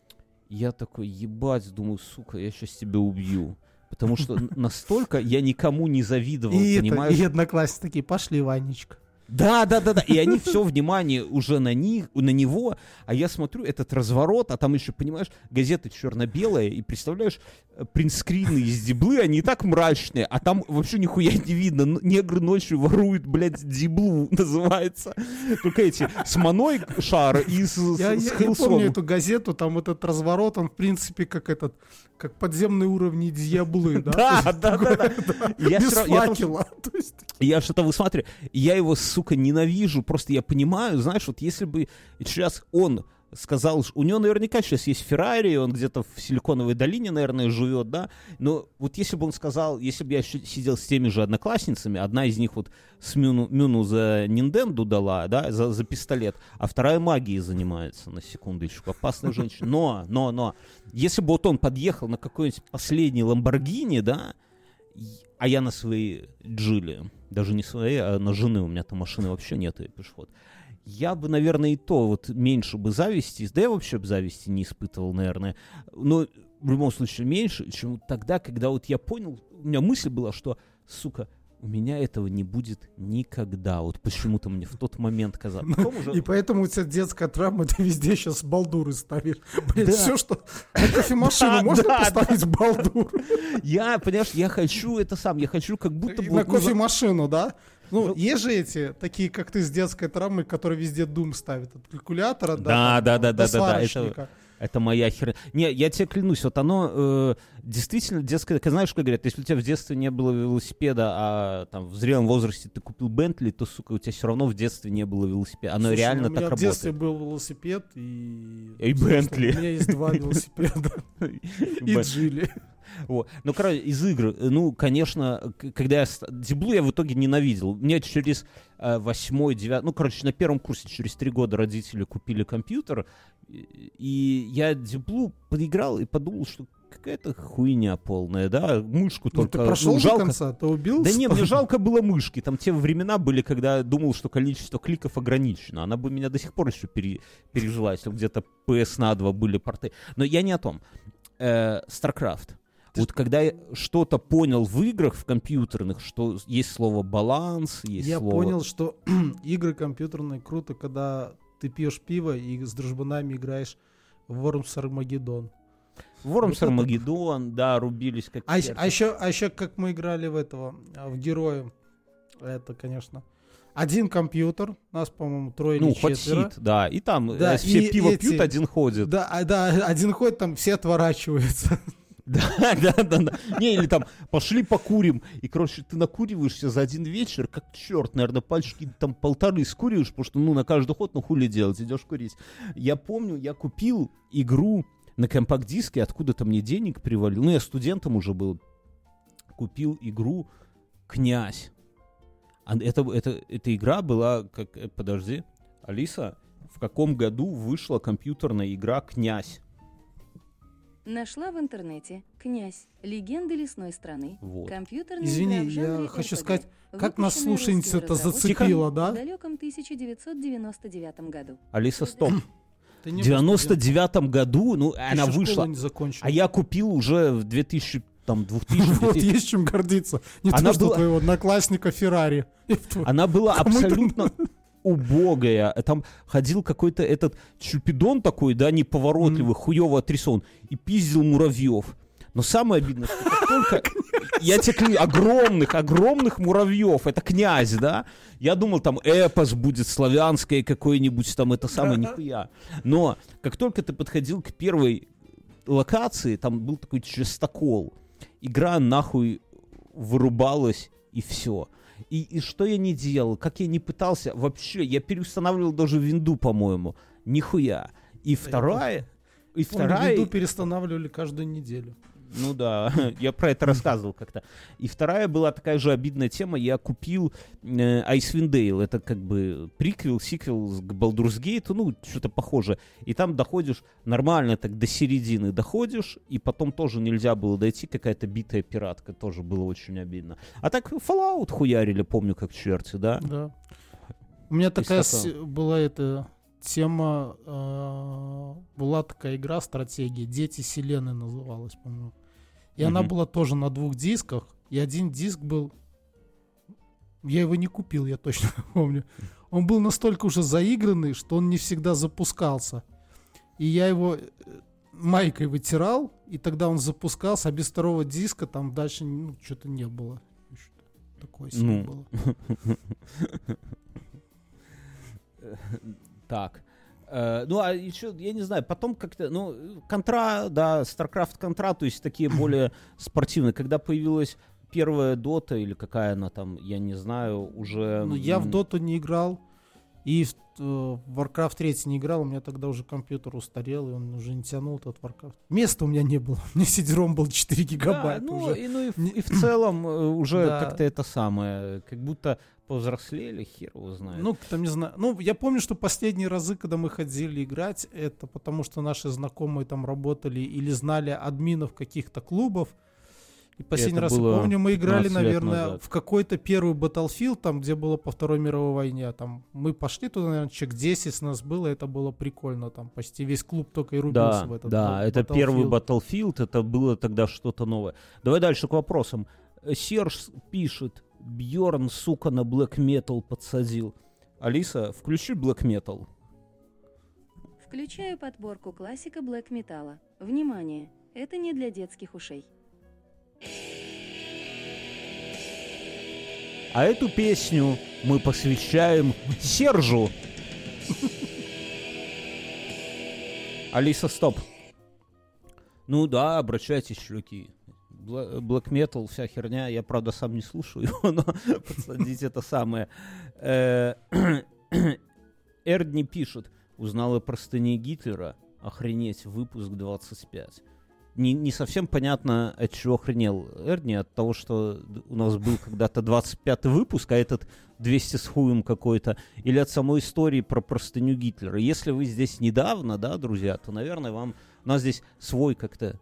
Я такой: ебать, думаю, сука, я сейчас тебя убью. Потому что настолько я никому не завидовал, понимаешь? И одноклассники такие: пошли, Ванечка. Да. И они все внимание уже на него, а я смотрю этот разворот, а там еще, понимаешь, газеты черно-белые, и представляешь, принтскрины из Диблы, они и так мрачные, а там вообще нихуя не видно. Негры ночью воруют, блядь, Диблу, называется. Только эти с Маной шар и с Хилсом. Я помню эту газету, там этот разворот, он в принципе как подземные уровни Диаблы, да? Да. Без факела. Я что-то высматриваю, я его, сука, ненавижу, просто я понимаю, знаешь, вот если бы сейчас он сказал, у него наверняка сейчас есть Феррари, он где-то в Силиконовой долине, наверное, живет, да, но вот если бы он сказал, если бы я сидел с теми же одноклассницами, одна из них вот с Мюну за Нинденду дала, да, за пистолет, а вторая магией занимается, на секундочку, опасная женщина, но, если бы вот он подъехал на какой-нибудь последний Ламборгини, да, а я на своей Джиле, даже не своей, а на жены, у меня там машины вообще нет, и пешеход, я бы, наверное, и то вот меньше бы зависти, да я вообще бы зависти не испытывал, наверное, но в любом случае меньше, чем тогда, когда вот я понял, у меня мысль была, что, сука, у меня этого не будет никогда. Вот почему-то мне в тот момент казалось. И поэтому у тебя детская травма, ты везде сейчас балдуры ставишь. Блять, все, что... На кофемашину можно поставить балдур? Я, понимаешь, я хочу это сам, я хочу как будто бы... На кофемашину, да? Ну, есть же эти, такие, как ты, с детской травмой, которые везде Doom ставят. От калькулятора до сварочника. Это моя херня. Не, я тебе клянусь, вот оно действительно детское. Знаешь, как говорят, если у тебя в детстве не было велосипеда, а там в зрелом возрасте ты купил Бентли, то, сука, у тебя все равно в детстве не было велосипеда. Оно реально так работает. У меня в детстве был велосипед и Бентли. У меня есть 2 велосипеда. И Джили. Вот. Ну, короче, из игр, ну, конечно, когда я... Диблу я в итоге ненавидел. Мне через 8-й, 9... Ну, короче, на первом курсе через 3 года родители купили компьютер, и я Диблу поиграл и подумал, что какая-то хуйня полная, да, мышку только... Ты прошел до конца, ты убил? Да не, мне жалко было мышки, там те времена были, когда я думал, что количество кликов ограничено, она бы меня до сих пор еще пережила, если где-то PS на 2 были порты. Но я не о том. StarCraft. Вот когда я что-то понял в играх, в компьютерных, что есть слово баланс, есть я слово... Я понял, что игры компьютерные круто, когда ты пьешь пиво и с дружбанами играешь в Worms Armageddon. Worms Armageddon, да, рубились как а еще как мы играли в героя, это, конечно... Один компьютер, нас, по-моему, 3 или 4. Хотсит, да, и там все пиво пьют, один ходит. Да, один ходит, там все отворачиваются. Да. Не, или там пошли покурим, и, короче, ты накуриваешься за один вечер, как черт, наверное, пальчики там 1,5 скуриваешь, потому что, на каждый ход, хули делать, идешь курить. Я помню, я купил игру на компакт-диске, откуда-то мне денег привалил, я студентом уже был, купил игру «Князь». Эта игра была, подожди, Алиса, в каком году вышла компьютерная игра «Князь»? Нашла в интернете «Князь. Легенды лесной страны». Вот. Компьютерная Извини, игра в жанре я хочу RPG, сказать, как нас слушательница-то зацепила, да? В далеком 1999 году. Алиса, стоп. В 99-м году, она вышла, а я купил уже в 2000... Вот есть чем гордиться. Не то, что твоего одноклассника Феррари. Она была абсолютно убогая. Там ходил какой-то этот Чупидон такой, да, неповоротливый, хуёво отрисован, и пиздил муравьев. Но самое обидное, что как только... Я тебе клянусь, огромных муравьев, это «Князь», да? Я думал, там эпос будет славянское какое-нибудь, там это самое, нихуя. Но как только ты подходил к первой локации, там был такой частокол. Игра нахуй вырубалась, и все. И что я не делал, как я не пытался, вообще, я переустанавливал даже винду, по-моему. Нихуя. И вторая... Винду переустанавливали каждую неделю. Ну да, я про это рассказывал как-то. И вторая была такая же обидная тема. Я купил Icewind Dale. Это как бы приквел, сиквел к Baldur's Gate, ну, что-то похожее. И там доходишь нормально так до середины доходишь, и потом тоже нельзя было дойти, какая-то битая пиратка. Тоже было очень обидно. А так Fallout хуярили, помню, как черти, да? Да. У меня такая была тема, была такая игра, стратегия, «Дети Селены» называлась, по-моему. И она была тоже на 2 дисках, и один диск был, я его не купил, я точно помню. Он был настолько уже заигранный, что он не всегда запускался. И я его майкой вытирал, и тогда он запускался, а без второго диска там дальше что-то не было. Такое себе было. Так. Ну, а еще, я не знаю, потом как-то, Контра, да, StarCraft Контра, то есть такие более спортивные. Когда появилась первая Дота, или какая она там, я не знаю, уже... Ну, я в Доту не играл, и в Warcraft 3 не играл, у меня тогда уже компьютер устарел, и он уже не тянул этот Warcraft. Места у меня не было, у меня CD-ROM был 4 гигабайта. Да, уже. И в целом уже как-то это самое, как будто... Повзрослели, хер его знает. Ну, там не знаю. Ну, я помню, что последние разы, когда мы ходили играть, это потому что наши знакомые там работали или знали админов каких-то клубов. И последний раз, я помню, мы играли, наверное, в какой-то первый Battlefield, там, где было по Второй мировой войне. Там мы пошли туда, наверное, человек 10 с нас было, это было прикольно. Там почти весь клуб только и рубился в этот Да, это первый Battlefield, это было тогда что-то новое. Давай дальше к вопросам. Серж пишет: Бьорн, сука, на Black Metal подсадил. Алиса, включи Black Metal. Включаю подборку классика Black Metal. Внимание, это не для детских ушей. А эту песню мы посвящаем Сержу. Алиса, стоп. Ну да, обращайтесь, чуваки. Black Metal, вся херня. Я, правда, сам не слушаю его, но подсадить это самое. Эрдни пишет: узнала простыни Гитлера. Охренеть, выпуск 25. Не совсем понятно, от чего охренел Эрдни. От того, что у нас был когда-то 25-й выпуск, а этот 200 с хуем какой-то. Или от самой истории про простыню Гитлера. Если вы здесь недавно, да, друзья, то, наверное, вам... У нас здесь свой как-то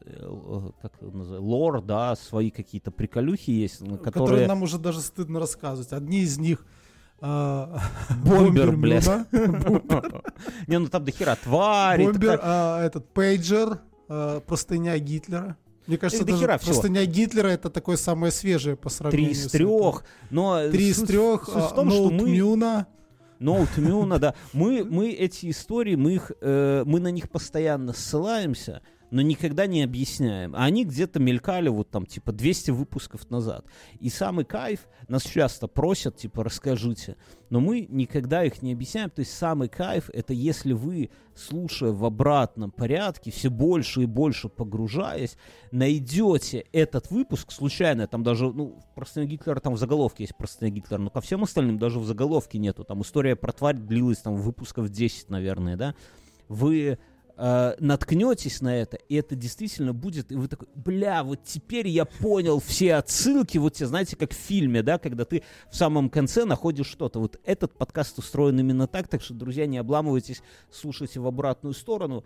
лор, да, свои какие-то приколюхи есть, которые нам уже даже стыдно рассказывать. Одни из них Бомбер, блядь. Не, ну там дохера твари. Бомбер, этот пейджер, простыня Гитлера. Мне кажется, даже простыня Гитлера это такое самое свежее по сравнению 3 из 3. Но 3 из 3, Ноут Мюна. Ноут Мюна, да. Мы эти истории, мы на них постоянно ссылаемся, но никогда не объясняем. А они где-то мелькали вот там типа 200 выпусков назад. И самый кайф, нас часто просят, типа, расскажите, но мы никогда их не объясняем. То есть самый кайф — это если вы, слушая в обратном порядке, все больше и больше погружаясь, найдете этот выпуск случайно, там даже, простыня Гитлера, там в заголовке есть простыня Гитлера, но ко всем остальным даже в заголовке нету. Там история про тварь длилась там выпусков 10, наверное, да. Вы наткнетесь на это, и это действительно будет, и вы такой: бля, вот теперь я понял все отсылки, вот те, знаете, как в фильме, да, когда ты в самом конце находишь что-то. Вот этот подкаст устроен именно так что, друзья, не обламывайтесь, слушайте в обратную сторону.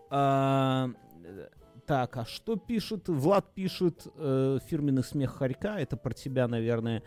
Так, а что пишет? Влад пишет: фирменный смех хорька, это про тебя, наверное.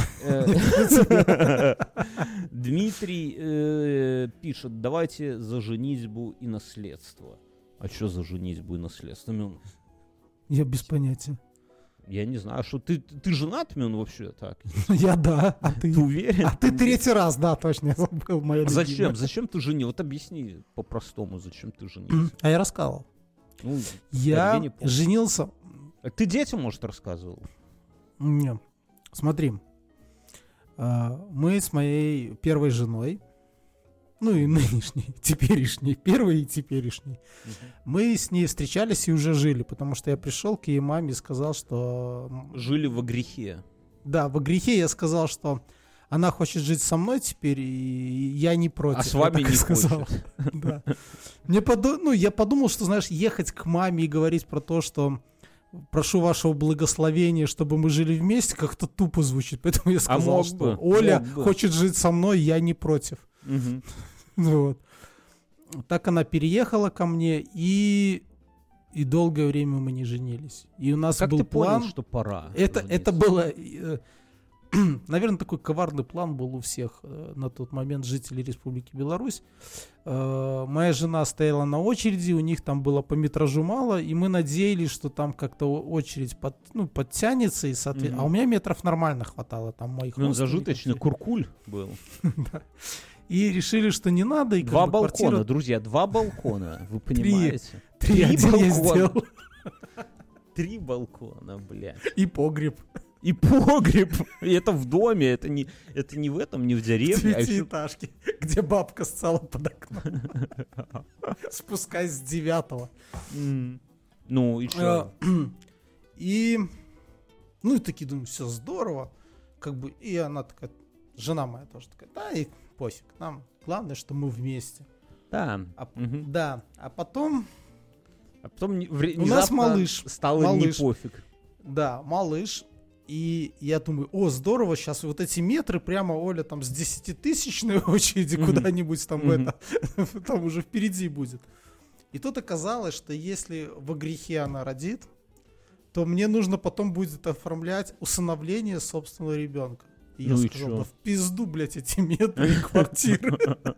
Дмитрий пишет: давайте за женитьбу и наследство. А что за женитьбу и наследство? Я без понятия. Я не знаю, что ты женат, Мюн, вообще так? Я да, а ты? Ты уверен? А ты 3-й раз, да, точно, я забыл. Зачем ты женил? Вот объясни по-простому, зачем ты женился. А я рассказывал. Я женился. Ты детям, может, рассказывал? Не. Смотри. Мы с моей первой женой ну и нынешний, теперешний, первый и теперешний. Мы с ней встречались и уже жили, потому что я пришел к ее маме и сказал, что... Жили во грехе. Да, во грехе я сказал, что она хочет жить со мной теперь, и я не против. А с вами не сказал. Да. Я подумал, что, знаешь, ехать к маме и говорить про то, что прошу вашего благословения, чтобы мы жили вместе, как-то тупо звучит. Поэтому я сказал, что Оля хочет жить со мной, я не против. Вот. Так она переехала ко мне, и долгое время мы не женились. И у нас как был ты план, понял, что пора? Это было, наверное, такой коварный план был у всех на тот момент жителей Республики Беларусь. Моя жена стояла на очереди, у них там было по метражу мало, и мы надеялись, что там как-то очередь подтянется, и а у меня метров нормально хватало, там моих. Он зажиточный куркуль был. И решили, что не надо. И 2 балкона, друзья, 2 балкона, вы понимаете? 3 балкона. 3 балкона, блядь. И погреб. И погреб. И это в доме, это не в этом, не в деревне. 9-этажки, где бабка ссала под окном. Спускаясь с 9-го. Ну, и что? И такие, думаю, все здорово. Как бы, и она такая, жена моя тоже такая, да, и пофиг, нам главное, что мы вместе. Да. Да, а потом у нас малыш. Стало не пофиг. Да, малыш. И я думаю, здорово, сейчас вот эти метры прямо Оля там с 10-тысячной очереди куда-нибудь там там уже впереди будет. И тут оказалось, что если во грехе она родит, то мне нужно потом будет оформлять усыновление собственного ребенка. И я сказал, да в пизду, блядь, эти метры и квартиры.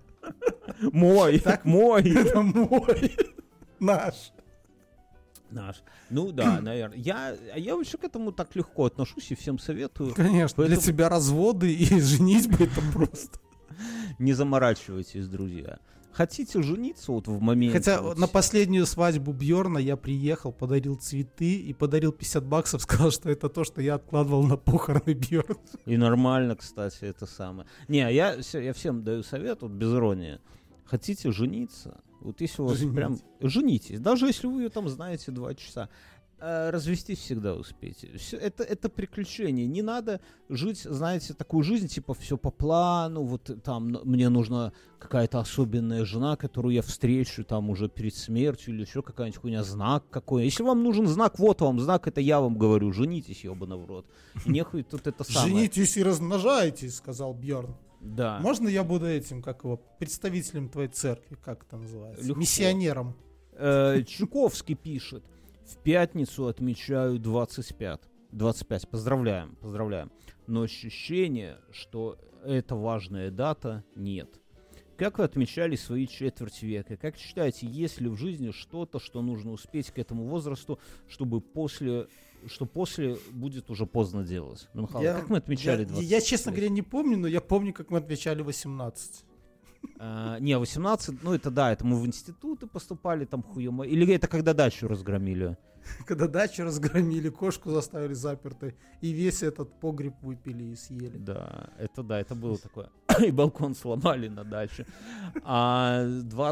Мой. Это мой. Наш. Ну да, наверное. Я вообще к этому так легко отношусь и всем советую. Конечно, поэтому... для тебя разводы и женитьба это просто. Не заморачивайтесь, друзья. Хотите жениться вот в моменте? Хотя на последнюю свадьбу Бьорна я приехал, подарил цветы и подарил $50, сказал, что это то, что я откладывал на похороны Бьорна. И нормально, кстати, это самое. Не, я всем даю совет, вот без иронии. Хотите жениться? Вот если у вас прям... Женитесь. Даже если вы ее там знаете 2 часа. Развестись всегда успеете. Это приключение. Не надо жить, знаете, такую жизнь, типа все по плану, вот там мне нужна какая-то особенная жена, которую я встречу там уже перед смертью, или еще какая-нибудь хуйня, знак какой. Если вам нужен знак, вот вам знак, это я вам говорю. Женитесь, ебаный в рот. Нехуй тут это самое. Женитесь и размножайтесь, сказал Бьорн. Да. Можно я буду этим, как его, представителем твоей церкви, как это называется? Легко. Миссионером. Чуковский пишет. В пятницу отмечаю 25. Поздравляем. Но ощущение, что это важная дата, нет. Как вы отмечали свои четверть века? Как считаете, есть ли в жизни что-то, что нужно успеть к этому возрасту, чтобы после будет уже поздно делать? Как мы отмечали 20 Я, честно говоря, не помню, но я помню, как мы отмечали 18. Не, 18, это да, это мы в институты поступали, там хуёмо. Или это когда дачу разгромили? Когда дачу разгромили, кошку заставили запертой, и весь этот погреб выпили и съели. Да, это было такое. И балкон сломали на даче. А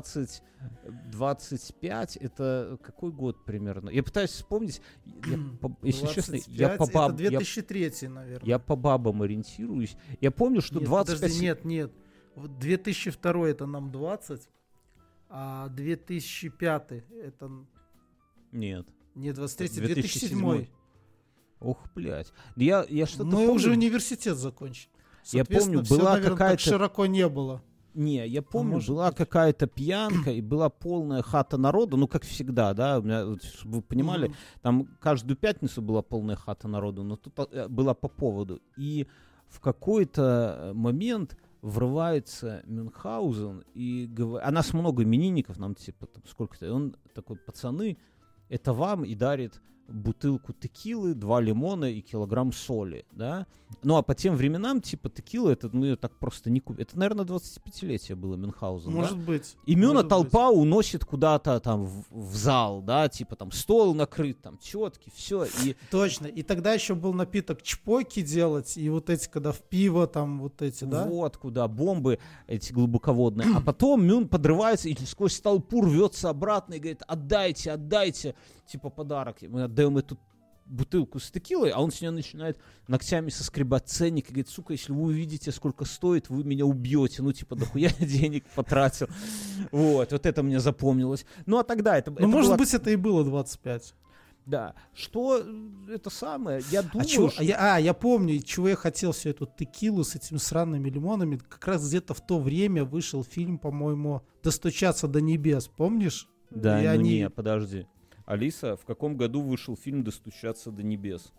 25, это какой год примерно? Я пытаюсь вспомнить, если честно, я по бабам... Это 2003, наверное. Я по бабам ориентируюсь. Я помню, что 25... Подожди, нет. 2002 это нам 20, а 2005 это... Нет. Не 23, 2007. Ох, блядь. Я что-то Мы помню. уже университет закончили. Я помню, все, была наверное, какая-то... так широко не было. Не, я помню, была какая-то пьянка, и была полная хата народу, как всегда, да, у меня, чтобы вы понимали, там каждую пятницу была полная хата народу, но тут была по поводу. И в какой-то момент врывается Мюнхгаузен, и а нас много именинников, нам типа там сколько-то, и он такой, пацаны, это вам, и дарит бутылку текилы, 2 лимона и килограмм соли, да. Ну, а по тем временам, типа, текила, это, ну, ее так просто не купить. Это, наверное, 25-летие было Мюнхгаузена, Может да? быть. И Мюна толпа уносит куда-то там в зал, да, типа, там, стол накрыт, там, тетки, все. И... Точно. И тогда еще был напиток чпоки делать, и вот эти, когда в пиво, там, вот эти, да? Водку, да, бомбы эти глубоководные. А потом Мюн подрывается и сквозь толпу рвется обратно и говорит: отдайте, отдайте, типа, подарок. Мы отдаем эту бутылку с текилой, а он с нее начинает ногтями соскребать ценник и говорит: сука, если вы увидите, сколько стоит, вы меня убьете. Ну, типа, дохуя денег потратил. Вот это мне запомнилось. Ну, а тогда это... Ну, может быть, это и было 25. Да. Что это самое? Я думаю... Я помню, чего я хотел всю эту текилу с этими сраными лимонами. Как раз где-то в то время вышел фильм, по-моему, «Достучаться до небес». Помнишь? Да, не, подожди. Алиса, в каком году вышел фильм «Достучаться до небес»?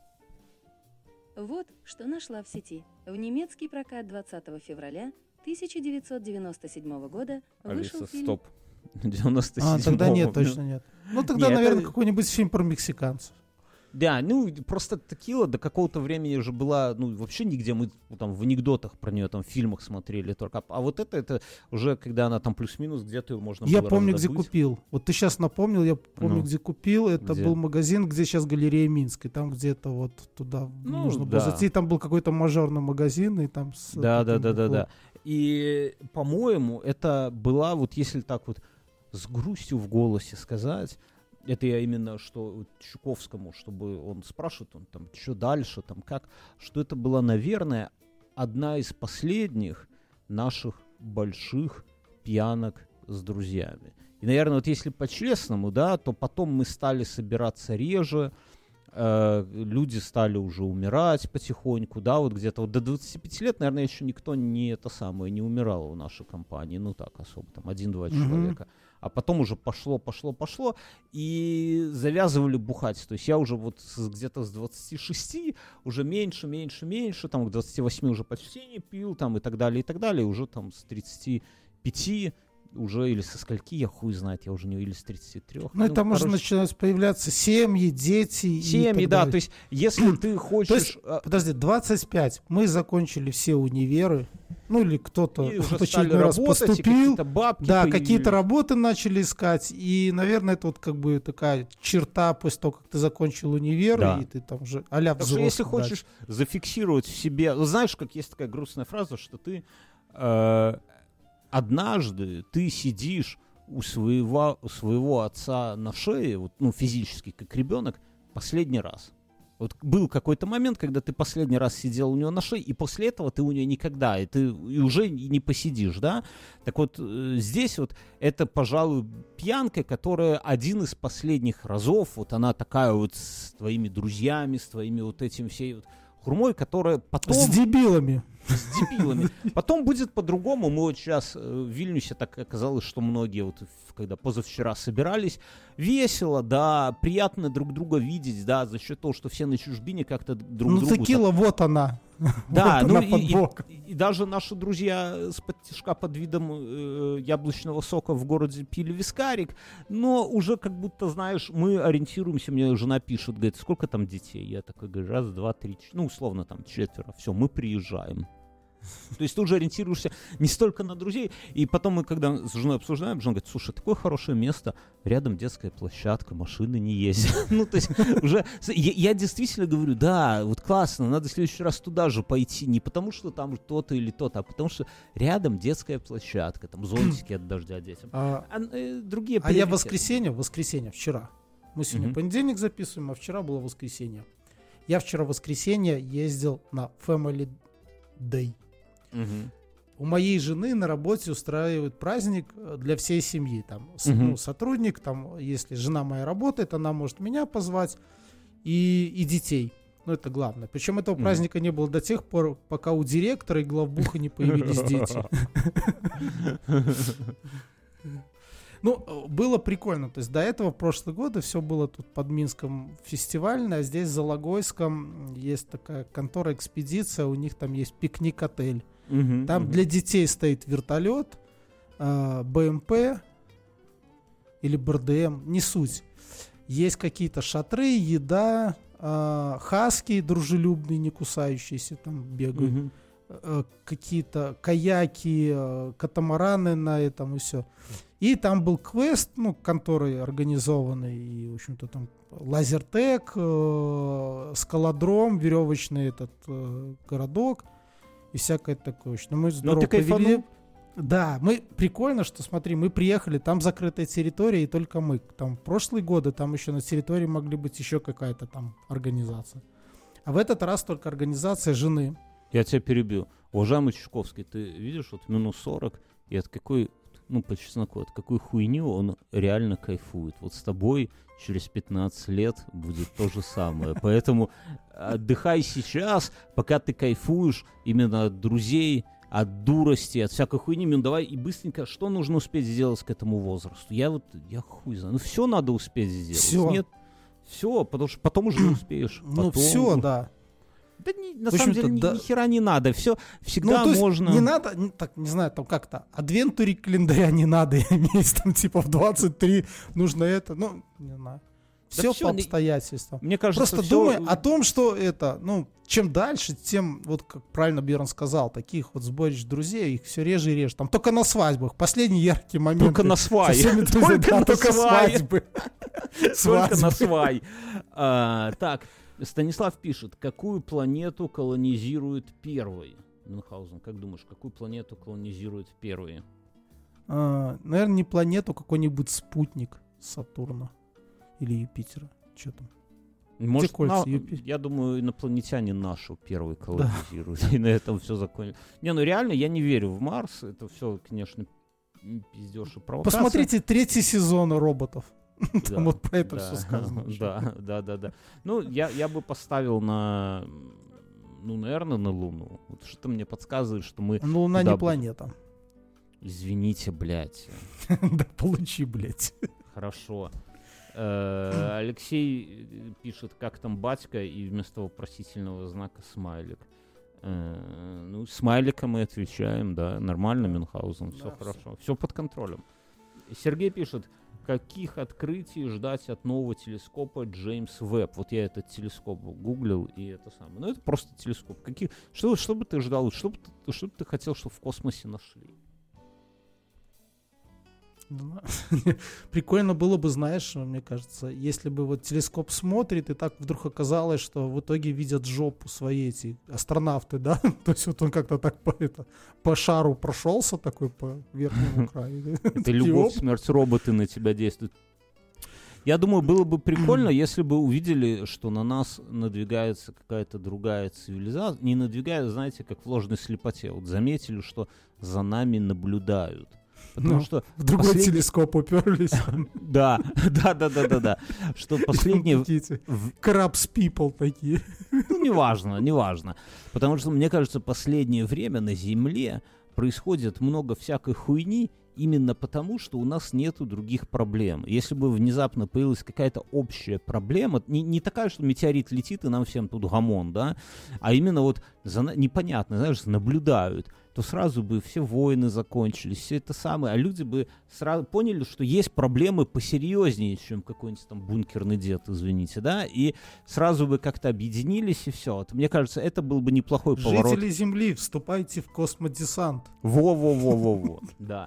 Вот, что нашла в сети. В немецкий прокат 20 февраля 1997 года вышел Алиса, фильм... стоп. 97-го. Тогда нет, точно нет. Ну, тогда, наверное, какой-нибудь фильм про мексиканцев. Да, ну, просто текила до какого-то времени же была, ну, вообще нигде, мы там в анекдотах про нее, там, в фильмах смотрели только. А вот это уже, когда она там плюс-минус, где-то ее можно было Я помню, раздобыть. где купил. Вот ты сейчас напомнил, я помню, где купил. Это где? был магазин, где сейчас галерея Минск. И там где-то вот туда нужно было зайти. Там был какой-то мажорный магазин, и там... Да. И, по-моему, это была, вот если так вот с грустью в голосе сказать... Это я именно, что Чуковскому, чтобы он спрашивает, он там, что дальше, там как, что это была, наверное, одна из последних наших больших пьянок с друзьями. И, наверное, вот если по-честному, да, то потом мы стали собираться реже, люди стали уже умирать потихоньку, да, вот где-то вот до 25 лет, наверное, еще никто не умирал в нашей компании, ну так особо, там 1-2 человека. А потом уже пошло, и завязывали бухать. То есть я уже вот где-то с 26 уже меньше, там к 28 уже почти не пил, там и так далее, уже там с 35 уже, или со скольки, я хуй знает, я уже не, или с 33. Ну, там уже начинают появляться семьи, дети. Семьи, да, то есть если ты хочешь... То есть, подожди, 25, мы закончили все универы, ну или кто-то в очередной раз поступил, какие-то работы начали искать, и, наверное, это вот как бы такая черта после того, как ты закончил универ, и ты там уже а-ля взрослый. Если хочешь зафиксировать в себе, ну, знаешь, как есть такая грустная фраза, что ты однажды ты сидишь у своего отца на шее, вот, ну, физически, как ребенок, последний раз. Вот был какой-то момент, когда ты последний раз сидел у него на шее, и после этого ты у него никогда, и уже не посидишь, да? Так вот, здесь вот это, пожалуй, пьянка, которая один из последних разов, вот она такая вот с твоими друзьями, с твоими вот этим всей вот хурмой, которая потом... С дебилами. Потом будет по-другому. Мы вот сейчас в Вильнюсе так оказалось, что многие вот, когда позавчера собирались, весело, да, приятно друг друга видеть, да, за счет того, что все на чужбине как-то друг другу... Ну, текила, вот она. Да, вот и даже наши друзья с-под тишка под видом яблочного сока в городе пили вискарик, но уже как будто, знаешь, мы ориентируемся, мне жена пишет, говорит, сколько там детей? Я такой говорю, 1, 2, 3, 4, ну, условно, там 4, все, мы приезжаем. То есть ты уже ориентируешься не столько на друзей. И потом мы, когда с женой обсуждаем, жена говорит, слушай, такое хорошее место, рядом детская площадка, машины не ездят. Ну, то есть уже... Я действительно говорю, да, вот классно, надо в следующий раз туда же пойти. Не потому, что там то-то или то-то, а потому, что рядом детская площадка, там зонтики от дождя детям. Другие приоритеты. Я воскресенье, вчера. Мы сегодня понедельник записываем, а вчера было воскресенье. Я вчера в воскресенье ездил на Family Day. У моей жены на работе устраивают праздник для всей семьи. Там, сотрудник, там, если жена моя работает, она может меня позвать и детей. Ну, это главное. Причем этого праздника не было до тех пор, пока у директора и главбуха не появились дети. Ну, было прикольно. То есть до этого, в прошлые годы, все было тут под Минском фестивальное, а здесь за Логойском есть такая контора «Экспедиция», у них там есть пикник-отель. Там для детей стоит вертолет, БМП или БРДМ, не суть. есть какие-то шатры, еда, хаски дружелюбные, не кусающиеся, там бегают, какие-то каяки, катамараны на этом и все. И там был квест, ну, конторой организованный, и, в общем-то, там лазертег, скалодром, веревочный этот городок и всякое такое. Но мы здорово повели. Да, мы прикольно, что, смотри, мы приехали, там закрытая территория, и только мы. Там прошлые годы, там еще на территории могли быть еще какая-то там организация. А в этот раз только организация жены. Я тебя перебью. Уважаемый Чешковский, ты видишь, вот минус 40, и от какой, ну, по чесноку, от какой хуйни он реально кайфует. Вот с тобой через 15 лет будет то же самое. Поэтому отдыхай сейчас, пока ты кайфуешь именно от друзей, от дурости, от всякой хуйни. Ну, давай и быстренько, что нужно успеть сделать к этому возрасту? Я хуй знаю. Ну, все надо успеть сделать. Все. Нет, все, потому что потом уже не успеешь. Ну, все, да. Да на самом деле ни хера не надо, все всегда можно. Не надо, так не знаю, там как-то адвентури календаря не надо иметь, там типа в 23 нужно это, ну, не знаю. Все по обстоятельствам. Мне кажется, просто думай о том, что это, ну, чем дальше, тем, вот как правильно Бьерн сказал, таких вот сборищ друзей, их все реже и реже. Там только на свадьбах, последний яркий момент. Только на свай. Только свадьбы. Только на свай. Так. Станислав пишет, какую планету колонизирует первый? Мюнхгаузен, как думаешь, какую планету колонизирует первый? Наверное, не планету, какой-нибудь спутник Сатурна или Юпитера. Что там? Может, я думаю, инопланетяне нашу первый колонизируют. Да. И на этом все закончится. Не, ну реально, я не верю в Марс. Это все, конечно, пиздеж и провокация. Посмотрите 3-й сезон «Роботов». Да, там вот про это все сказано. Да. Ну, я бы поставил на, ну, наверное, на Луну. Вот что-то мне подсказывает, что мы... Ну, Луна не планета. Извините, блядь. Да получи, блядь. Хорошо. Алексей пишет, как там батька, и вместо вопросительного знака смайлик. Ну, смайликом мы отвечаем, да, нормально, Мюнхгаузен, все хорошо. Все под контролем. Сергей пишет, каких открытий ждать от нового телескопа Джеймс Вебб? Вот я этот телескоп гуглил, и это самое. Ну, это просто телескоп. Что бы ты ждал? Что бы ты хотел, чтобы в космосе нашли? Прикольно было бы, знаешь, мне кажется, если бы вот телескоп смотрит, и так вдруг оказалось, что в итоге видят жопу свои эти астронавты, да? То есть вот он как-то так по шару прошелся такой по верхнему краю. Это любовь, смерть, роботы на тебя действуют. Я думаю, было бы прикольно, если бы увидели, что на нас надвигается какая-то другая цивилизация. Не надвигается, знаете, как в ложной слепоте. Вот заметили, что за нами наблюдают. Потому что в другой телескоп уперлись. Да. Что последние... Crabs people такие. Ну, неважно. Потому что, мне кажется, последнее время на Земле происходит много всякой хуйни, именно потому, что у нас нету других проблем. Если бы внезапно появилась какая-то общая проблема, не такая, что метеорит летит и нам всем тут гамон, да, а именно вот непонятно, знаешь, наблюдают, то сразу бы все войны закончились, все это самое, а люди бы сразу поняли, что есть проблемы посерьезнее, чем какой-нибудь там бункерный дед, извините, да, и сразу бы как-то объединились, и все. Вот, мне кажется, это был бы неплохой поворот. Жители Земли, вступайте в космодесант. Во, да.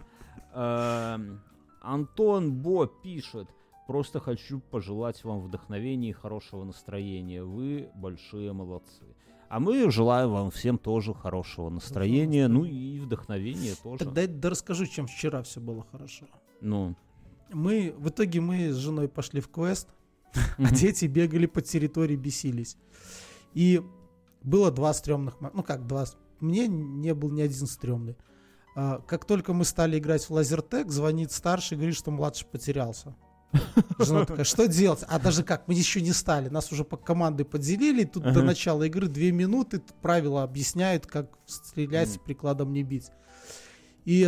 Антон Бо пишет, просто хочу пожелать вам вдохновения и хорошего настроения. Вы большие молодцы. А мы желаем вам всем тоже хорошего настроения, ну и вдохновения тоже. Тогда да расскажу, чем вчера все было хорошо. Ну. В итоге мы с женой пошли в квест, а дети бегали по территории, бесились. И было два стрёмных... Ну как два... Мне не был ни один стрёмный. Как только мы стали играть в лазертег, звонит старший и говорит, что младший потерялся. Жена такая, что делать? А даже как, мы еще не стали. Нас уже по команды поделили. Тут до начала игры 2 минуты. Правила объясняют, как стрелять, прикладом не бить. И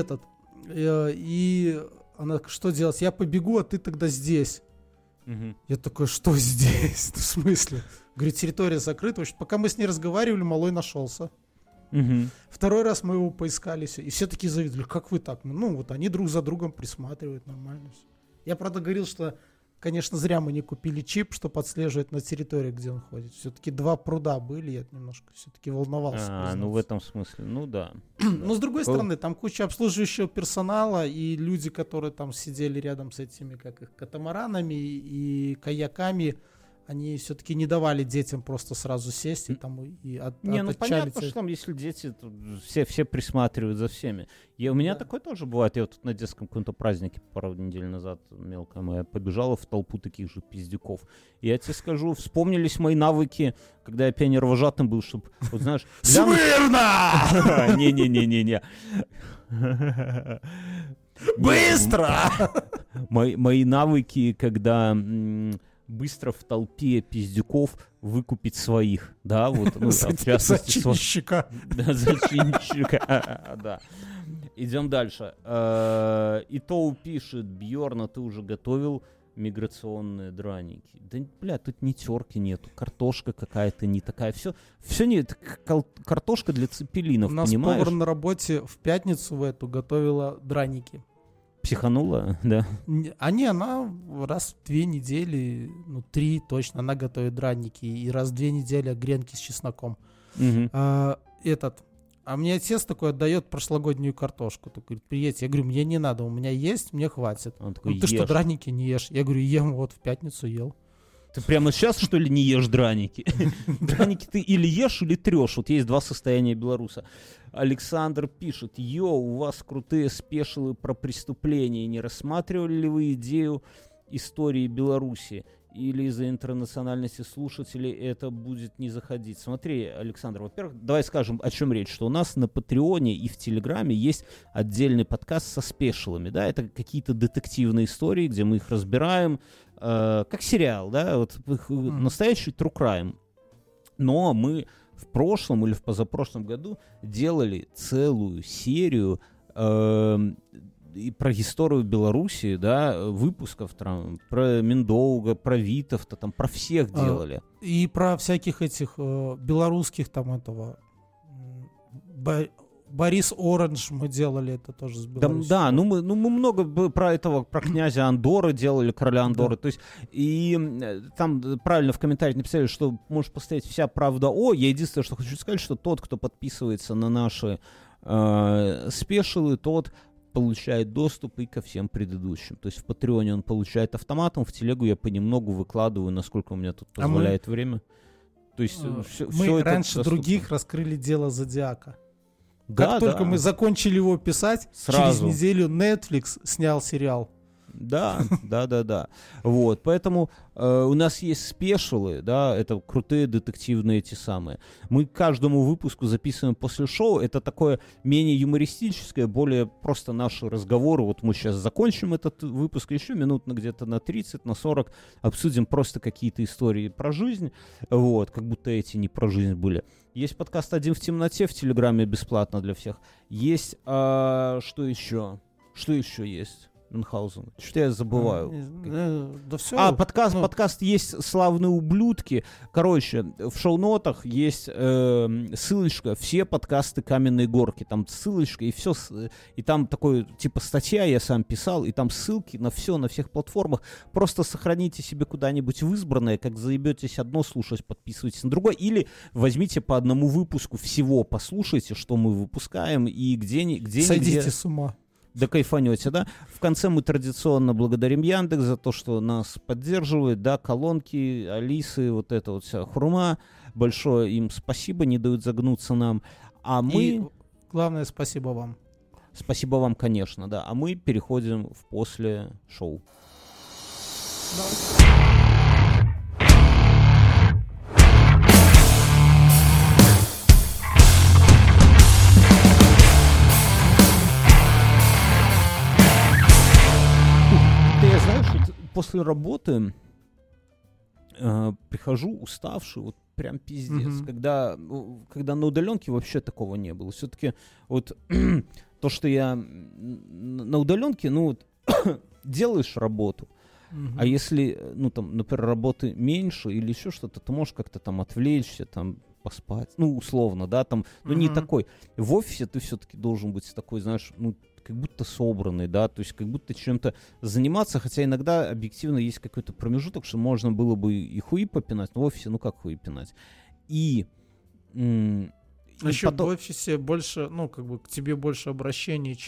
она, что делать? Я побегу, а ты тогда здесь. Я такой, что здесь? В смысле? Говорит, территория закрыта. В общем, пока мы с ней разговаривали, малой нашелся. Второй раз мы его поискали, все. И все такие завидовали, как вы так? Ну, вот они друг за другом присматривают, нормально все. Я, правда, говорил, что конечно, зря мы не купили чип, чтобы отслеживать на территории, где он ходит. Все-таки 2 пруда были, я немножко все-таки волновался. Ну в этом смысле, ну да. Но с другой стороны, там куча обслуживающего персонала, и люди, которые там сидели рядом с этими, как их, катамаранами и каяками, они все-таки не давали детям просто сразу сесть и там ну понятно, что там, если дети, все присматривают за всеми. У меня такое тоже бывает. Я вот тут на детском каком-то празднике пару недель назад мелкая моя побежала в толпу таких же пиздюков. И я тебе скажу, вспомнились мои навыки, когда я пионер-вожатым был, чтобы, вот знаешь... Смирно! Не-не-не-не-не. Быстро! Мои навыки, когда... быстро в толпе пиздюков выкупить своих, да, вот, ну, зачинщика. Да, зачинщика, да. Идем дальше. Итоу пишет: Бьорна, ты уже готовил миграционные драники? Да, бля, тут ни терки нету, картошка какая-то не такая, все нет, картошка для цепелинов, понимаешь? У нас повар на работе в пятницу в эту готовила драники. Психанула, да? Она раз в 2 недели, 3 точно, она готовит драники, и раз в 2 недели гренки с чесноком. А мне отец такой отдает прошлогоднюю картошку. Такой говорит: приедь. Я говорю: мне не надо, у меня есть, мне хватит. Он такой: ты что, драники не ешь? Я говорю: ем, вот в пятницу ел. Ты прямо сейчас, что ли, не ешь драники? Драники ты или ешь, или трешь. Вот есть 2 состояния белоруса. Александр пишет: йо, у вас крутые спешилы про преступления. Не рассматривали ли вы идею истории Беларуси? Или из-за интернациональности слушателей это будет не заходить? Смотри, Александр, во-первых, давай скажем, о чем речь. Что у нас на Патреоне и в Телеграме есть отдельный подкаст со спешилами. Да? Это какие-то детективные истории, где мы их разбираем, как сериал, да, вот настоящий true crime. Но мы в прошлом или в позапрошлом году делали целую серию и про историю Беларуси, да, выпусков там, про Миндоуга, про Витовта, там, про всех делали. И про всяких этих белорусских там этого... Борис Оранж мы делали, это тоже с Беларусью. Да, мы много про князя Андоры делали, короля Андоры. Да. То есть, и там правильно в комментариях написали, что может постоять вся правда Я единственное, что хочу сказать, что тот, кто подписывается на наши спешилы, тот получает доступ и ко всем предыдущим. То есть в Патреоне он получает автоматом, в Телегу я понемногу выкладываю, насколько у меня тут позволяет время. То есть мы раньше других раскрыли дело Зодиака. Как только мы закончили его писать, через неделю Netflix снял сериал. Да. Вот, поэтому у нас есть спешилы, да, это крутые детективные эти самые. Мы к каждому выпуску записываем после шоу, это такое менее юмористическое, более просто наши разговоры. Вот мы сейчас закончим этот выпуск, еще минут где-то на 30, на 40, обсудим просто какие-то истории про жизнь, вот, как будто эти не про жизнь были. Есть подкаст «Один в темноте» в Телеграме бесплатно для всех. Есть, что еще? Что еще есть? Мюнхгаузен. Что я забываю? Да все. Подкаст есть «Славные ублюдки». Короче, в шоу-нотах есть ссылочка, все подкасты «Каменной горки». Там ссылочка и все. И там такой, типа, статья, я сам писал, и там ссылки на все, на всех платформах. Просто сохраните себе куда-нибудь в избранное, как заебетесь одно слушать, подписывайтесь на другое. Или возьмите по одному выпуску всего, послушайте, что мы выпускаем, и где-нибудь... Сойдите с ума. Да кайфанете, да? В конце мы традиционно благодарим Яндекс за то, что нас поддерживает, да, колонки, Алисы, вот это вот вся хурма. Большое им спасибо, не дают загнуться нам. А мы... И главное, спасибо вам. Спасибо вам, конечно, да. А мы переходим в после шоу. После работы прихожу уставший, вот прям пиздец. Когда на удаленке вообще такого не было. Все-таки вот то, что я на удаленке, делаешь работу, а если, например, работы меньше или еще что-то, ты можешь как-то там отвлечься, там поспать, условно, да, там, не такой. В офисе ты все-таки должен быть такой, знаешь, как будто собранный, да, то есть как будто чем-то заниматься, хотя иногда объективно есть какой-то промежуток, что можно было бы и хуи попинать, но в офисе, ну как хуи пинать. И еще потом... в офисе больше, ну, как бы к тебе больше обращений,